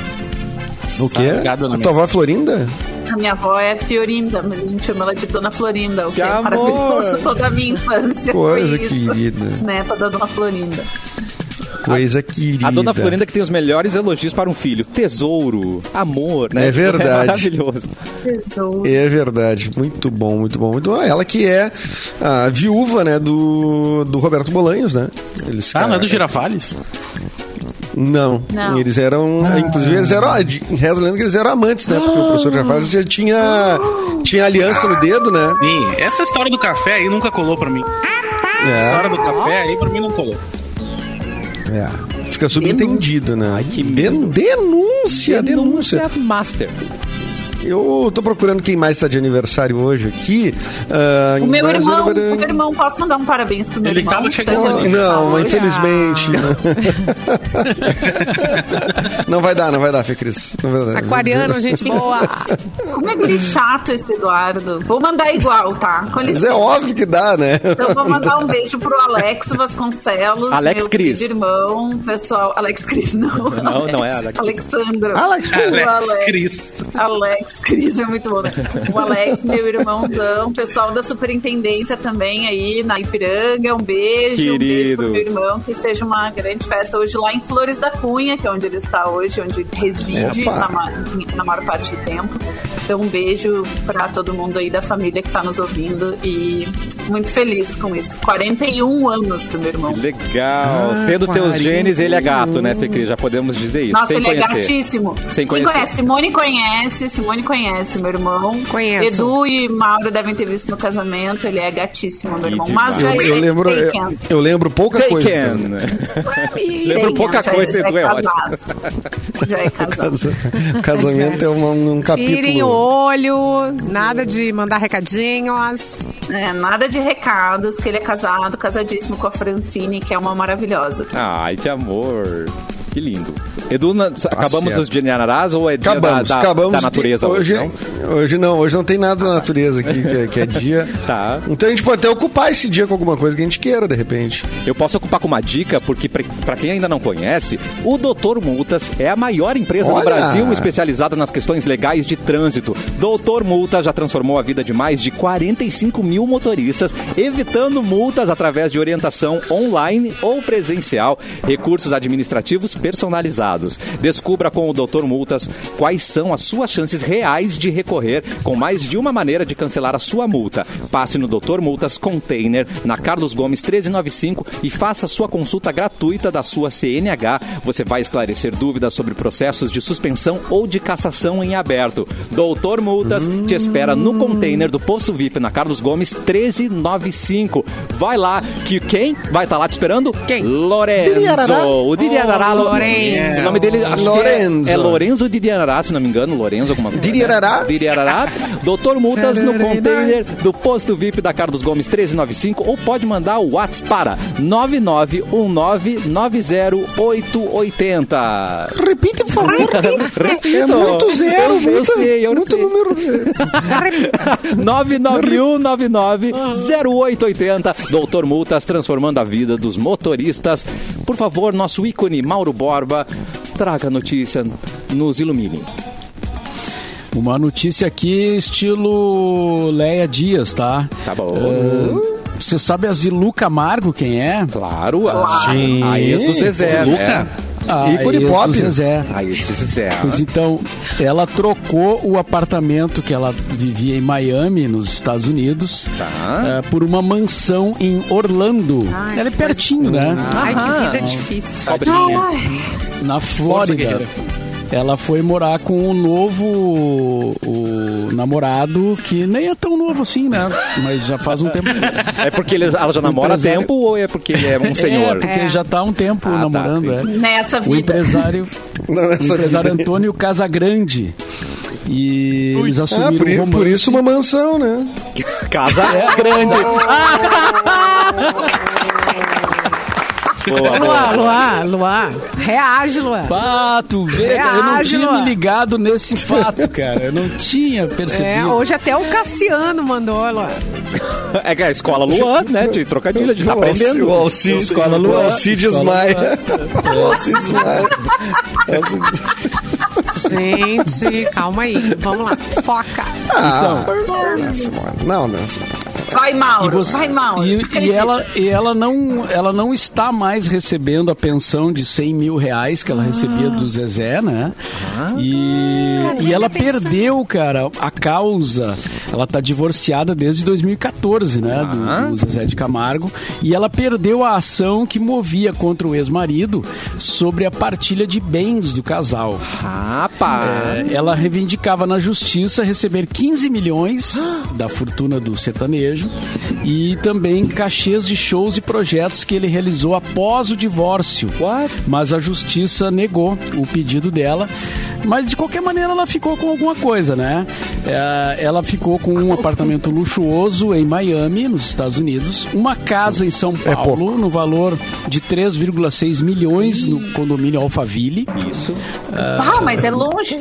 O quê? Obrigado, Dona A tua avó é Florinda? A minha avó é Fiorinda, mas a gente chama ela de Dona Florinda, o que, Que é amor! maravilhoso. Toda a minha infância Coisa foi isso. querida. Neta da Dona Florinda. Coisa querida. A Dona Florinda que tem os melhores elogios para um filho. Tesouro, amor, né? É verdade. É maravilhoso. Tesouro. É verdade, muito bom, muito bom, muito bom. Ela que é a viúva, né, do, do Roberto Bolanhos, né? Eles, Ah, não é do Girafales? Não, Não. eles eram, inclusive eles eram, de- reza a lenda que eles eram amantes, né? Porque o professor Girafales ele tinha, tinha aliança no dedo, né? Sim, essa história do café aí nunca colou pra mim. A É, história do café aí pra mim não colou. é. Fica subentendido, né? que Den- denúncia, denúncia. Master. Eu tô procurando quem mais tá de aniversário hoje aqui. Ah, O meu mas- irmão, o meu irmão, posso mandar um parabéns pro meu Ele irmão? tava que chegando tá de ali. aniversário Não, hoje? infelizmente. Não vai dar, não vai dar, Fê Cris. Não vai dar. Aquariano, gente boa. Como é guri chato esse Eduardo. Vou mandar igual, tá? Com Mas é licença. óbvio que dá, né? Então vou mandar um beijo pro Alex Vasconcelos, Alex meu Cris. querido irmão, pessoal. Alex Cris, não. Não, não é Alex. Alexandro. Alex, O Alex Cris. Alex Alex Cris é muito bom, né? O Alex, meu irmãozão, o pessoal da superintendência também aí na Ipiranga, um beijo, Queridos. um beijo pro meu irmão, que seja uma grande festa hoje lá em Flores da Cunha, que é onde ele está hoje, onde reside na, ma- na maior parte do tempo. Então um beijo pra todo mundo aí da família que tá nos ouvindo e muito feliz com isso. quarenta e um anos do meu irmão. Legal. Ah, Tendo teus quarenta. genes, ele é gato, né, Fê Cris? Já podemos dizer isso. Nossa, sem ele conhecer. é gatíssimo. Sem Quem conhecer. conhece? Simone conhece, Simone conhece o meu irmão. Conheço. Edu e Mauro devem ter visto no casamento, ele é gatíssimo, meu irmão. Que Mas já Eu, é eu lembro, eu, taken. eu lembro pouca coisa. Taken. Lembro Taken, pouca já coisa, já Edu, é ótimo. casado. Já é casado. Casa- Casamento é uma- um capítulo. Tirem o olho, nada de mandar recadinhos. É, nada de recados, que ele é casado, casadíssimo com a Francine, que é uma maravilhosa. Ai, que amor. Que lindo. Edu, na- acabamos certo. os Janarás ou é dia Acabamos, da, da, acabamos. da natureza de- hoje, hoje, não? hoje não, hoje não tem nada da natureza aqui, que é, que é dia. Tá. Então a gente pode até ocupar esse dia com alguma coisa que a gente queira, de repente. Eu posso ocupar com uma dica, porque pra- pra quem ainda não conhece, o doutor Multas é a maior empresa do Olha! Brasil especializada nas questões legais de trânsito. doutor Multas já transformou a vida de mais de quarenta e cinco mil motoristas, evitando multas através de orientação online ou presencial, recursos administrativos personalizados. Descubra com o doutor Multas quais são as suas chances reais de recorrer com mais de uma maneira de cancelar a sua multa. Passe no doutor Multas Container, na Carlos Gomes trezentos e noventa e cinco e faça sua consulta gratuita da sua C N H. Você vai esclarecer dúvidas sobre processos de suspensão ou de cassação em aberto. doutor Multas hum. te espera no container do Posto V I P na Carlos Gomes trezentos e noventa e cinco. Vai lá, que quem vai estar lá te esperando? Quem? Lorenzo. Diriarará. O Diriarará. Oh, Lorenzo. O nome dele acho Lorenzo. que é, é Lorenzo Diriarará, se não me engano. Lorenzo alguma coisa. Diriarará? Diriarará. doutor Multas no container do Posto V I P da Carlos Gomes trezentos e noventa e cinco ou pode mandar o WhatsApp para nove nove um nove nove zero oito oito zero. Repite, por favor. Repito. É muito zero, Eu, eu muito, sei, eu não muito sei. número. nove nove um nove nove zero oito oito zero. doutor Multas transformando a vida dos motoristas. Por favor, nosso ícone Mauro Borba, traga a notícia, nos ilumine. Uma notícia aqui, estilo Léia Dias, tá? Tá bom. Uh, você sabe a Zilu Camargo quem é? Claro, a, Sim. a ex do Zezé, né? A Ícone ex pop. do Zezé. A ex do Zezé. Pois então, ela trocou o apartamento que ela vivia em Miami, nos Estados Unidos, Tá. eh, por uma mansão em Orlando. Ai, ela é que pertinho, né? Ai, que vida difícil. Pobrinha. Na Flórida. guerreira. Ela foi morar com o novo o namorado, que nem é tão novo assim, né? Mas já faz um tempo. É porque ele, ela já namora há empresário- tempo ou é porque ele é um senhor? É, porque É. já tá há um tempo Ah, tá, namorando, é. Nessa O vida. empresário, Não, o essa empresário vida aí. Antônio Casagrande. E eles Ah, assumiram por, o i- romance. por isso uma mansão, né? Casa grande. Boa, boa. Luan, Luan, Luan. Reage, Luan. Pá, tu vê, cara, eu não Reage, tinha Luan. me ligado nesse fato, cara. Eu não tinha percebido. É, hoje até o Cassiano mandou, Luan. É que a escola Luan, né? De trocadilho, a gente tá O Alci- aprendendo. O Alcides, Escola o Luan. Alcides Escola Maia. O Alcides Maia. Gente, calma aí. Vamos lá. Foca. Ah, nossa, mano. Não, não. Vai, Mauro. E, você- Vai, Mauro. e- e Acredita. ela, e ela, não, ela não está mais recebendo a pensão de cem mil reais que ela recebia do Zezé, né? E, e ela perdeu, cara, a causa. Ela tá divorciada desde dois mil e catorze, né? Do, do Zezé de Camargo. E ela perdeu a ação que movia contra o ex-marido sobre a partilha de bens do casal. Rapaz. É, ela reivindicava na justiça receber quinze milhões da fortuna do sertanejo e também cachês de shows e projetos que ele realizou após o divórcio. What? Mas a justiça negou o pedido dela. Mas de qualquer maneira ela ficou com alguma coisa, né? É, ela ficou com um apartamento luxuoso em Miami, nos Estados Unidos, uma casa em São É Paulo, pouco. no valor de três vírgula seis milhões no condomínio Alphaville. Isso. Ah, mas é longe.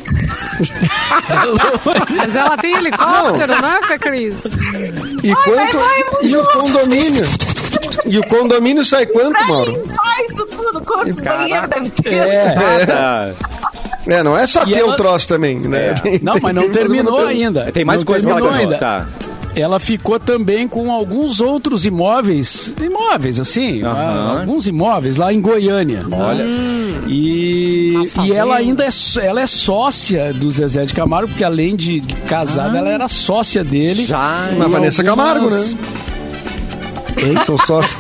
Mas ela tem helicóptero, não é, Fê Cris? E quanto. E o condomínio? E o condomínio sai quanto, Pra Mauro? limpar isso tudo, quantos banheiros deve ter? É. Ah, É, não é só E ter ela- o troço também, né? É. Tem- Não, tem- mas não tem que fazer terminou manutenção. ainda. Tem mais Não coisa que ela terminou ganhou, ainda. tá. Ela ficou também com alguns outros imóveis, imóveis assim, Aham. ah, alguns imóveis lá em Goiânia. né? Olha. E, Umas e ela fazendas. ainda é, só- ela é sócia do Zezé de Camargo, porque além de casada, ela era sócia dele. Já. E Na Vanessa algumas- Camargo, né? Hein? São sócios.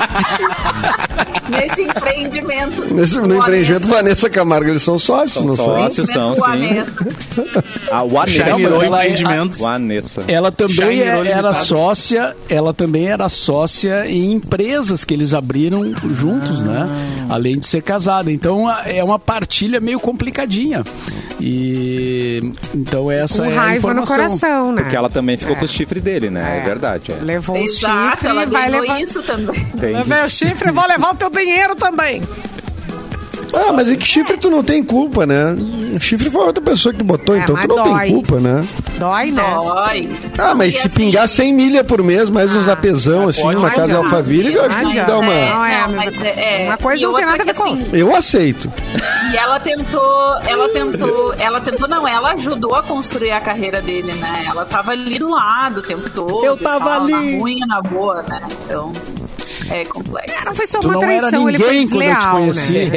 Nesse empreendimento. Nesse, no O empreendimento Vanessa Camargo, eles são sócios, São não são? sócios, são, Empreendimento sim. Vanessa. A Já Vanessa. mirou ela é- empreendimentos. Vanessa. Ela também Shine é- Roll era Limitado. sócia, ela também era sócia em empresas que eles abriram juntos, né? Além de ser casada. Então a- é uma partilha meio complicadinha. E então essa Com é a raiva no informação. coração, né? Porque ela também ficou com o chifre dele, né? É, É. verdade. É. Levou o Exato, chifre ela e vai levou levar... isso também. Tem. Levei o chifre e vou levar o teu dinheiro também. Ah, mas é que chifre tu não tem culpa, né? Chifre foi outra pessoa que botou, É, então mas tu não dói. tem culpa, né? Dói, né? Dói. Ah, mas E se assim, pingar cem milha por mês, mais uns apesão, assim, pode, numa não casa de adianta. Alphaville, eu acho Não que dá adianta. uma... Não é a Não, mesma mas coisa. é- Uma coisa e não tem outra nada a ver que, com a assim, outra. Eu aceito. E ela tentou, ela tentou, ela tentou, não, ela ajudou a construir a carreira dele, né? Ela tava ali do lado o tempo todo. Eu e tava tal, ali. Na ruim e na boa, né? Então, é complexo. Não foi só Tu uma não era traição, ele foi ninguém quando eu te desleal, conheci. né?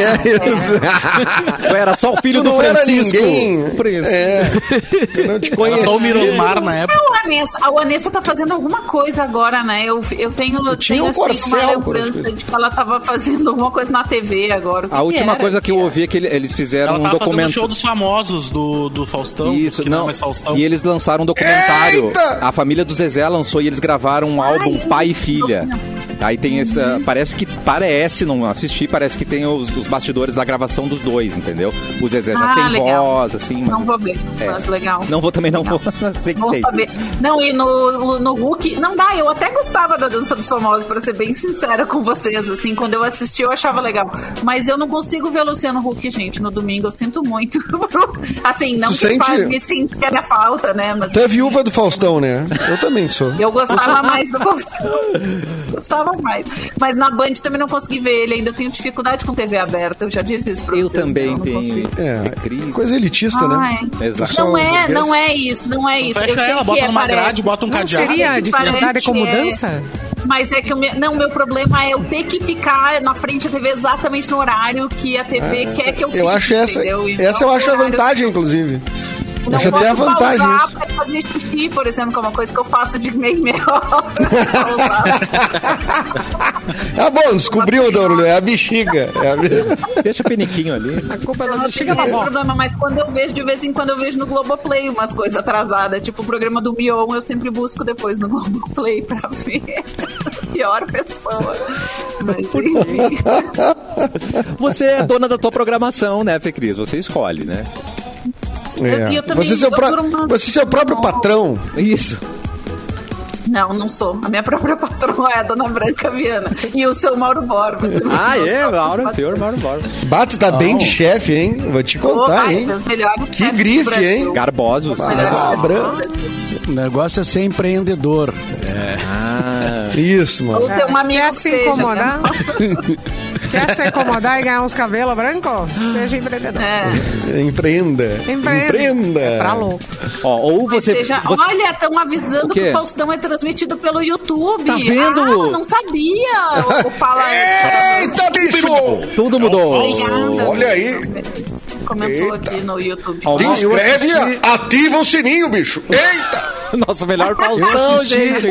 É, Eu era só o filho tu do não era Francisco. ninguém. Por isso. É, eu não te Era conheci. só o Mirosmar na época. A Vanessa, a Vanessa tá fazendo alguma coisa agora, né? Eu, eu tenho, eu tinha tenho um assim, corcel uma quando as lembrança coisas- de que ela tava fazendo alguma coisa na T V agora. O que A que última era? coisa que eu era? ouvi é que ele- eles fizeram Ela um tava fazendo o documento. show dos famosos do, do Faustão. Isso, que não, é não. mais Faustão. E eles lançaram um documentário. Eita! A família do Zezé lançou e eles gravaram um álbum Ai, Pai e isso, Filha. não. Aí tem essa. Parece que. Parece, não assisti, parece que tem os, os bastidores da gravação dos dois, entendeu? O Zezé já Ah, sem legal. voz, assim. Mas, Não vou ver, É. mas legal. Não vou também, não vou. Sei que Vamos tem. saber. Não, e no, no Hulk, não dá, eu até gostava da Dança dos Famosos, pra ser bem sincera com vocês, assim, quando eu assisti eu achava legal, mas eu não consigo ver o Luciano Huck, gente, no domingo, eu sinto muito. Assim, não Tu que sente- faz me sentir que era falta, né, mas Tu é viúva do Faustão, né? Eu também sou. eu gostava mais do Faustão. Gostava mais. Mas na Band também não consegui ver ele, ainda tenho dificuldade com T V aberta, eu já disse isso pra Eu vocês. também né? Eu não tenho. consigo. É, crise. coisa elitista, né? Ai, Exato. Não é, Burguês. não é isso, não é isso. Fecha Eu sei ela, que bota é, numa parece. grade, bota um Não cadeado. seria a que dificuldade parece com que é- mudança? Mas é que o meu, não, meu problema é eu ter que ficar na frente da T V exatamente no horário que a T V quer que eu fique. Eu acho essa, entendeu? Então, essa eu acho a o horário- vantagem, inclusive. Não acho até a posso vantagem pausar isso. pra fazer xixi, por exemplo, que é uma coisa que eu faço de meia em meia hora. Pausar. Ah, bom, descobriu, Dorlio, é a bexiga. É a... be- Deixa o peniquinho ali. A culpa é da Eu não bexiga tenho da esse avó. problema, mas quando eu vejo, de vez em quando eu vejo no Globoplay umas coisas atrasadas, tipo o programa do Mion, eu sempre busco depois no Globoplay pra ver. Pior pessoa. Mas enfim. Você é dona da tua programação, né, Fê Cris? Você escolhe, né? É. E eu também- Você, é seu eu pró- duro uma- você é seu próprio Não. patrão. Isso. Não, não sou. A minha própria patroa é a dona Branca Viana. E o seu Mauro Borba. também. Ah, Nós é, somos Mauro, patrões. senhor Mauro Borba. Bato tá bem de chefe, hein? Vou te contar, Ai, hein? dos melhores Que chefes do grife, Brasil. hein? Garbosos. Ah, Melhores chefes do Branca. Brasil. O negócio é ser empreendedor. Ah, Isso, mano. Ou ter uma amiga Quer que se seja, incomodar? né? Quer se incomodar e ganhar uns cabelos brancos? Seja empreendedor. É. Empreenda. Empreenda. Empreenda. É pra louco. ó, ou Mas você, seja, você- olha, estão avisando O que quê? o Faustão é transmitido pelo YouTube. Tá vendo? Ah, não sabia. O, o Pala... Eita, bicho! tudo mudou. Obrigada. Olha aí. Comentou Eita. aqui no YouTube. Ó, Te eu inscreve, assisti- ativa o sininho, bicho. Eita! Nosso melhor Eu Faustão, assisti, gente.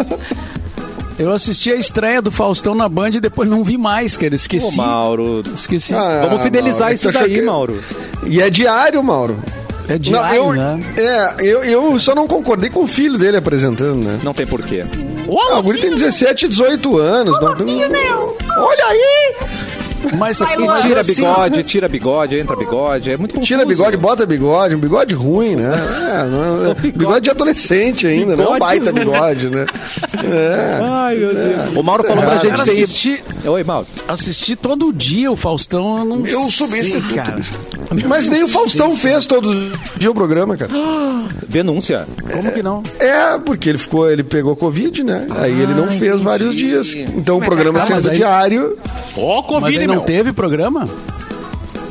eu assisti a estreia do Faustão na Band e depois não vi mais, cara. Ô, Esqueci. Mauro. Esqueci. Ah, Vamos fidelizar Mauro, isso tu achou daí, que- Mauro. E é diário, Mauro. É diário, eu, né? É, eu, eu só não concordei com o filho dele apresentando, né? Não tem porquê. Ah, o guri tem dezessete, dezoito anos. Não tem... Olha aí! Mas Vai, E Luan. tira assim, bigode, tira bigode, entra bigode. É muito confuso. Tira bigode, bota bigode, um bigode ruim, né? É, não é- bigode de adolescente ainda, não é um Bigode baita ruim. bigode, né? É. Ai, meu Deus. O Mauro falou pra Cara, gente Cara, ter... assisti, Oi, Mauro. assisti todo dia o Faustão, eu não Eu sei, substituto, cara. bicho. Mas nem o Faustão fez todo dia o programa, cara. Denúncia. Como que não? É, porque ele ficou, ele pegou Covid, né? Aí ele não fez vários dias. Então o programa Ah, mas sendo aí- diário. Ó, Mas Covid, ele não meu. teve programa?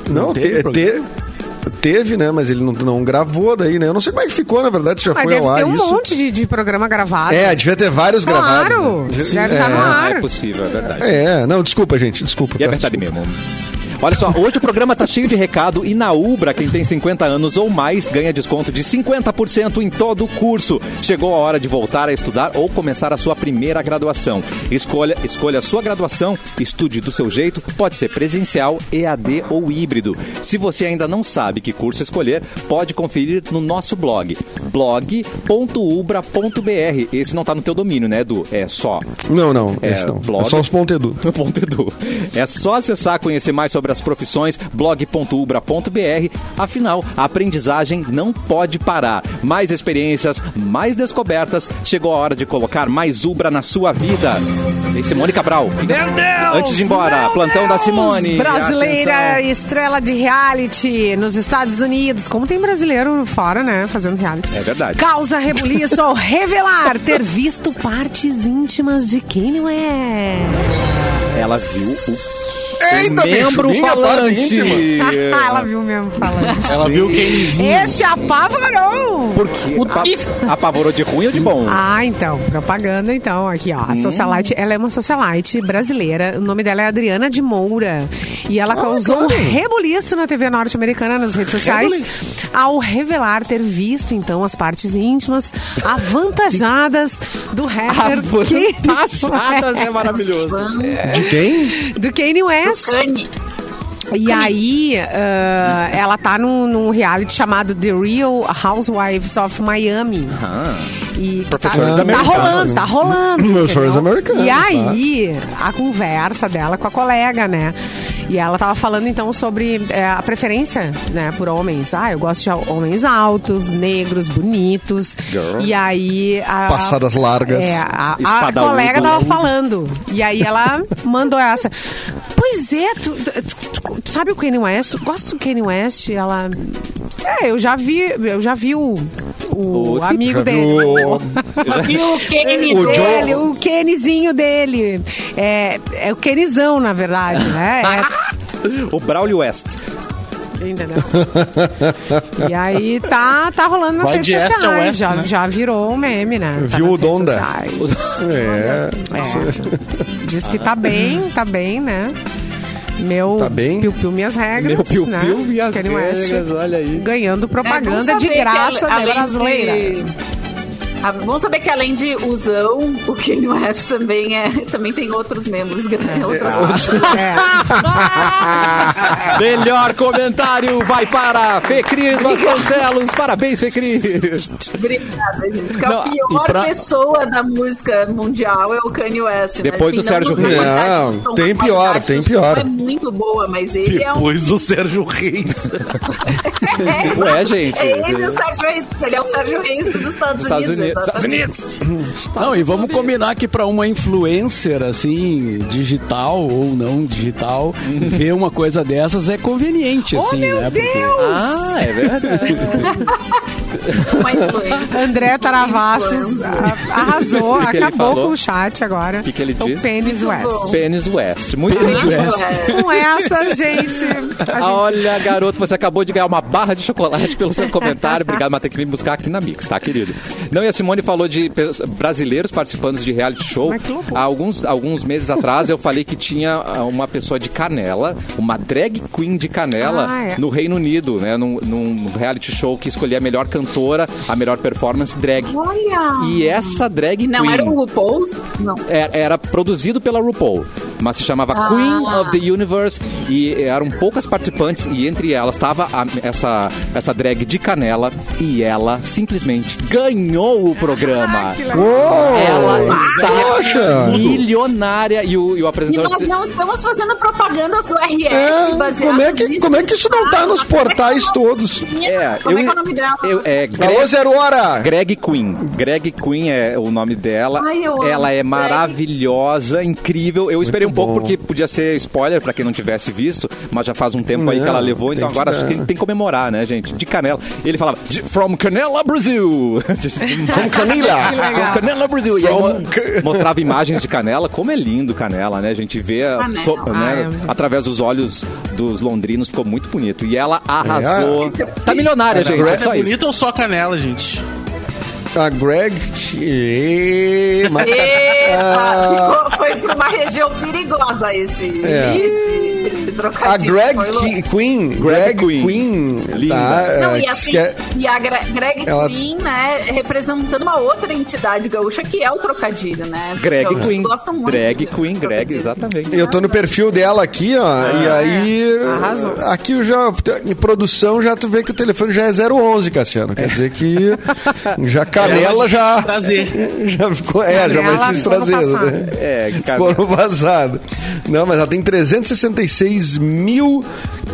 Não, teve te, programa? te, teve, né? Mas ele não, não gravou daí, né? Eu não sei como é que ficou, na verdade, se já Mas foi deve ao ar ter um isso. monte de, de programa gravado. É, devia ter vários gravados. Claro, Né? deve é, estar no ar. É possível, é verdade. É, não, desculpa, gente, desculpa. E é peço verdade desculpa. mesmo. Olha só, hoje o programa tá cheio de recado e na Ubra, quem tem cinquenta anos ou mais ganha desconto de cinquenta por cento em todo o curso. Chegou a hora de voltar a estudar ou começar a sua primeira graduação. Escolha, escolha a sua graduação, estude do seu jeito, pode ser presencial, E A D ou híbrido. Se você ainda não sabe que curso escolher, pode conferir no nosso blog, blog ponto ubra ponto b r. Esse não tá no teu domínio, né, Edu? É só... Não, não, É, esse não. blog. É só os ponto edu. Ponto Edu. É só acessar, conhecer mais sobre as profissões, blog ponto ubra ponto b r. Afinal, a aprendizagem não pode parar. Mais experiências, mais descobertas. Chegou a hora de colocar mais Ubra na sua vida. E Simone Cabral. Meu Deus! Antes de ir embora, meu plantão Deus! da Simone. Brasileira, Atenção. estrela de reality nos Estados Unidos. Como tem brasileiro fora, né? Fazendo reality. É verdade. Causa rebuliço ao revelar ter visto partes íntimas de Kanye West. Ela viu o... Eita, o membro bicho, minha parte falante. íntima. Ela viu mesmo falando. Ela viu o Kennyzinho. Esse apavorou! Por quê? Pa- Apavorou de ruim ou de bom? Ah, então, propaganda então, aqui ó, a socialite, ela é uma socialite brasileira, o nome dela é Adriana de Moura, e ela causou um rebuliço na T V norte-americana, nas redes sociais, ao revelar ter visto então as partes íntimas avantajadas do rapper Kanye Avantajadas é maravilhoso. De quem? do Kanye West. Kanye. E aí, ah, ela tá num, num reality chamado The Real Housewives of Miami. Ah. E tá, Professores tá americanos. rolando, tá rolando. Professores entendeu? americanos, E aí, a conversa dela com a colega, né? E ela tava falando então sobre é, a preferência, né, por homens. Ah, eu gosto de homens altos, negros, bonitos. Girl. E aí. A, Passadas largas. É, a, a Espadaúdo. colega tava falando. E aí ela mandou essa. Pois é, tu, tu, tu, tu sabe o Kanye West? Gosta do Kanye West? Ela. É, eu já vi, eu já vi o, o, O- amigo Já dele. viu o- Viu o Kanye O dele? Ele, o Kennyzinho dele. É, é o Kennyzão, na verdade, né? O Braulio West. É, entendeu? E aí tá, tá rolando nas Vai redes de Est a sociais. West, já, né? já virou um meme, né? Tá Viu nas o Donda? redes sociais. É. É. Diz que tá bem, tá bem, né? Meu Tá bem? piu-piu, minhas regras. Meu piu-piu, né? minhas Kanye West regras, olha aí. ganhando É, propaganda vamos de saber que graça ale- da além brasileira. de- Ah, vamos saber que além de Usão, o Kanye West também, é, também tem outros membros. Né? Outros É. Melhor comentário vai para Fê Cris Vasconcelos. Parabéns, Fê Cris. Obrigada, gente. Porque Não, a pior e pra- pessoa da música mundial é o Kanye West. Né? Depois do não Sérgio na Reis. qualidade Não, do som, tem a pior, qualidade tem do som pior. É muito boa, mas ele é um. Depois do Sérgio Reis. É, Ué, gente. É ele, o Sérgio Reis. Ele é o Sérgio Reis dos Estados, Estados Unidos. Unidos. Estados exatamente. Unidos. Não, e vamos combinar que para uma influencer, assim, digital ou não digital, ver uma coisa dessas é conveniente, assim, meu né? Porque- Ah, é verdade. Uma influência. André Travassos a- arrasou, que ele acabou falou? com o chat agora. Que que ele o disse? Pênis West. bom. Pênis West. Muito Pênis bem. West. Com essa, gente. A gente Olha, garoto, você acabou de ganhar uma barra de chocolate pelo seu comentário. Obrigado, mas tem que vir buscar aqui na Mix, tá, querido? Não, e a Simone falou de pe- brasileiros participantes de reality show. Mas que loucura. Há alguns, alguns meses atrás eu falei que tinha ah, uma pessoa de Canela, uma drag queen de Canela, Ah, é. no Reino Unido, né? Num, num reality show que escolhia a melhor cantora, a melhor performance drag. Olha! E essa drag Não queen... era o RuPaul? Não. Era, era produzido pela RuPaul, mas se chamava Ah. Queen of the Universe e eram poucas participantes e entre elas estava a- essa, essa drag de Canela e ela simplesmente ganhou o programa. Ah, que legal. Uou! Ela está Poxa! milionária e o, e o E apresentador... nós não estamos fazendo propagandas do R S É, baseadas como é que, nisso. como é que isso não tá nos portais todos? É, Como eu, é que é o nome dela? eu- é Alô, Greg, Zero Hora! Greg Queen. Greg Queen é o nome dela. Ai, eu amo ela é Greg. maravilhosa, incrível. Eu esperei um pouco bom. porque podia ser spoiler pra quem não tivesse visto, mas já faz um tempo aí Não, que ela levou, tem então que agora dar. acho que tem, tem que comemorar, né, gente? De Canela. E ele falava, "De- from Canela, Brasil! From Canela! From Canela, Brasil! E aí From mo- Ca- mostrava imagens de Canela. Como é lindo Canela, né? A gente vê Canela. so- né, Ai, através dos olhos dos londrinos, ficou muito bonito. E ela arrasou. Tá milionária, É, gente. Greg É só É isso. bonito ou só canela, gente? A Greg... que- ma- Eita, ficou- foi pra uma região perigosa esse, É. esse, esse A trocadilho. Greg Foi louco. Ki- Queen, Greg Greg Queen. Queen, Linda. tá? Não, é, e, assim, que é- e a Gre- Greg Ela- Queen, né, representando uma outra entidade gaúcha que é o trocadilho, né? Greg Gaúchos Queen. gostam muito Greg de Queen, Greg, trocadilho. exatamente. Eu tô no perfil dela aqui, ó, e aí Arrasou. aqui eu já em produção já tu vê que o telefone já é zero onze, Cassiano. Quer dizer que já Canela já Trazer. já ficou, é, já Canela vai te ficou no trazer, passado. né? É, Ficou cara. no passado. Não, mas ela tem trezentos e sessenta e seis mil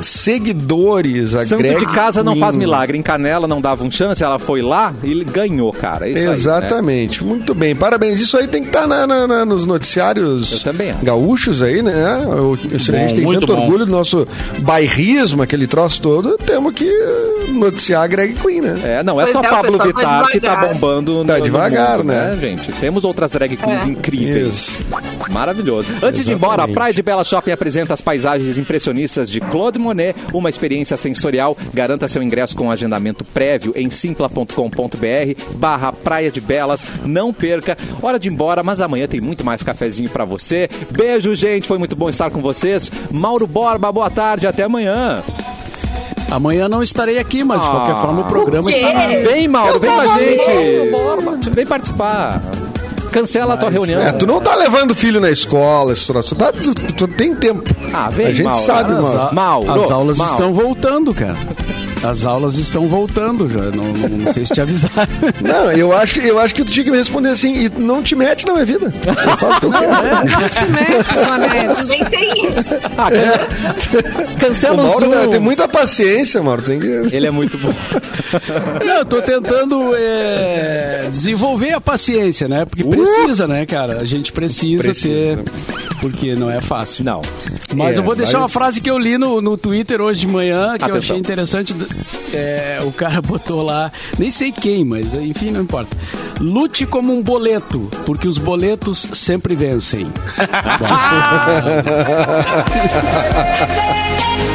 seguidores. A Santo Greg de casa não Queen. faz milagre. Em Canela não dava um chance, ela foi lá e ganhou, cara. É isso aí, né? Exatamente, muito bem, parabéns. Isso aí tem que estar na, na- na- nos noticiários Eu também acho. gaúchos aí, né? O- Se a gente Bom, tem muito tanto bom. orgulho do nosso bairrismo, aquele troço todo, temos que eh, noticiar a Greg Queen, né? É, não é Pois só é, o Pablo pessoal tá Vittar que tá devagar. bombando no, Tá no devagar, mundo, né? gente? Temos outras drag queens É. incríveis. Isso. Maravilhoso. Antes de ir embora, a Praia de Bela Shopping apresenta as paisagens impressionistas de Claude Monet, uma experiência sensorial. Garanta seu ingresso com agendamento prévio em simpla ponto com ponto br barra Praia de Belas. Não perca. Hora de ir embora, mas amanhã tem muito mais cafezinho pra você. Beijo, gente. Foi muito bom estar com vocês. Mauro Borba, boa tarde. Até amanhã. Amanhã não estarei aqui, mas de qualquer Ah. forma o programa O quê? está na... Vem, Mauro. Vem com a gente. Vem participar. Cancela a tua reunião. É, tu não tá levando filho na escola, esse troço. Tu, tá- tu- tu tem tempo. Ah, vem, A gente Mauro. sabe, As, mano. a- Mauro, as aulas Mauro. estão voltando, cara. As aulas estão voltando já. Não, não, não sei se te avisaram. Não, eu acho, que- eu acho que tu tinha que me responder assim, e não te mete na minha vida. Eu faço o que eu quero. Não te mete, Sonete. Também tem isso. Ah, can- O Cancela o, Mauro Zoom. né, tem muita paciência, Mauro. Tem que... Ele é muito bom. Não, eu tô tentando é, desenvolver a paciência, né? Porque precisa, né, cara? A gente precisa, Precisa. ter. Porque não é fácil. Não. Mas É, eu vou deixar vai- uma frase que eu li no, no Twitter hoje de manhã, que eu Atenção. achei interessante. É, o cara botou lá, nem sei quem, mas enfim, não importa. Lute como um boleto, porque os boletos sempre vencem.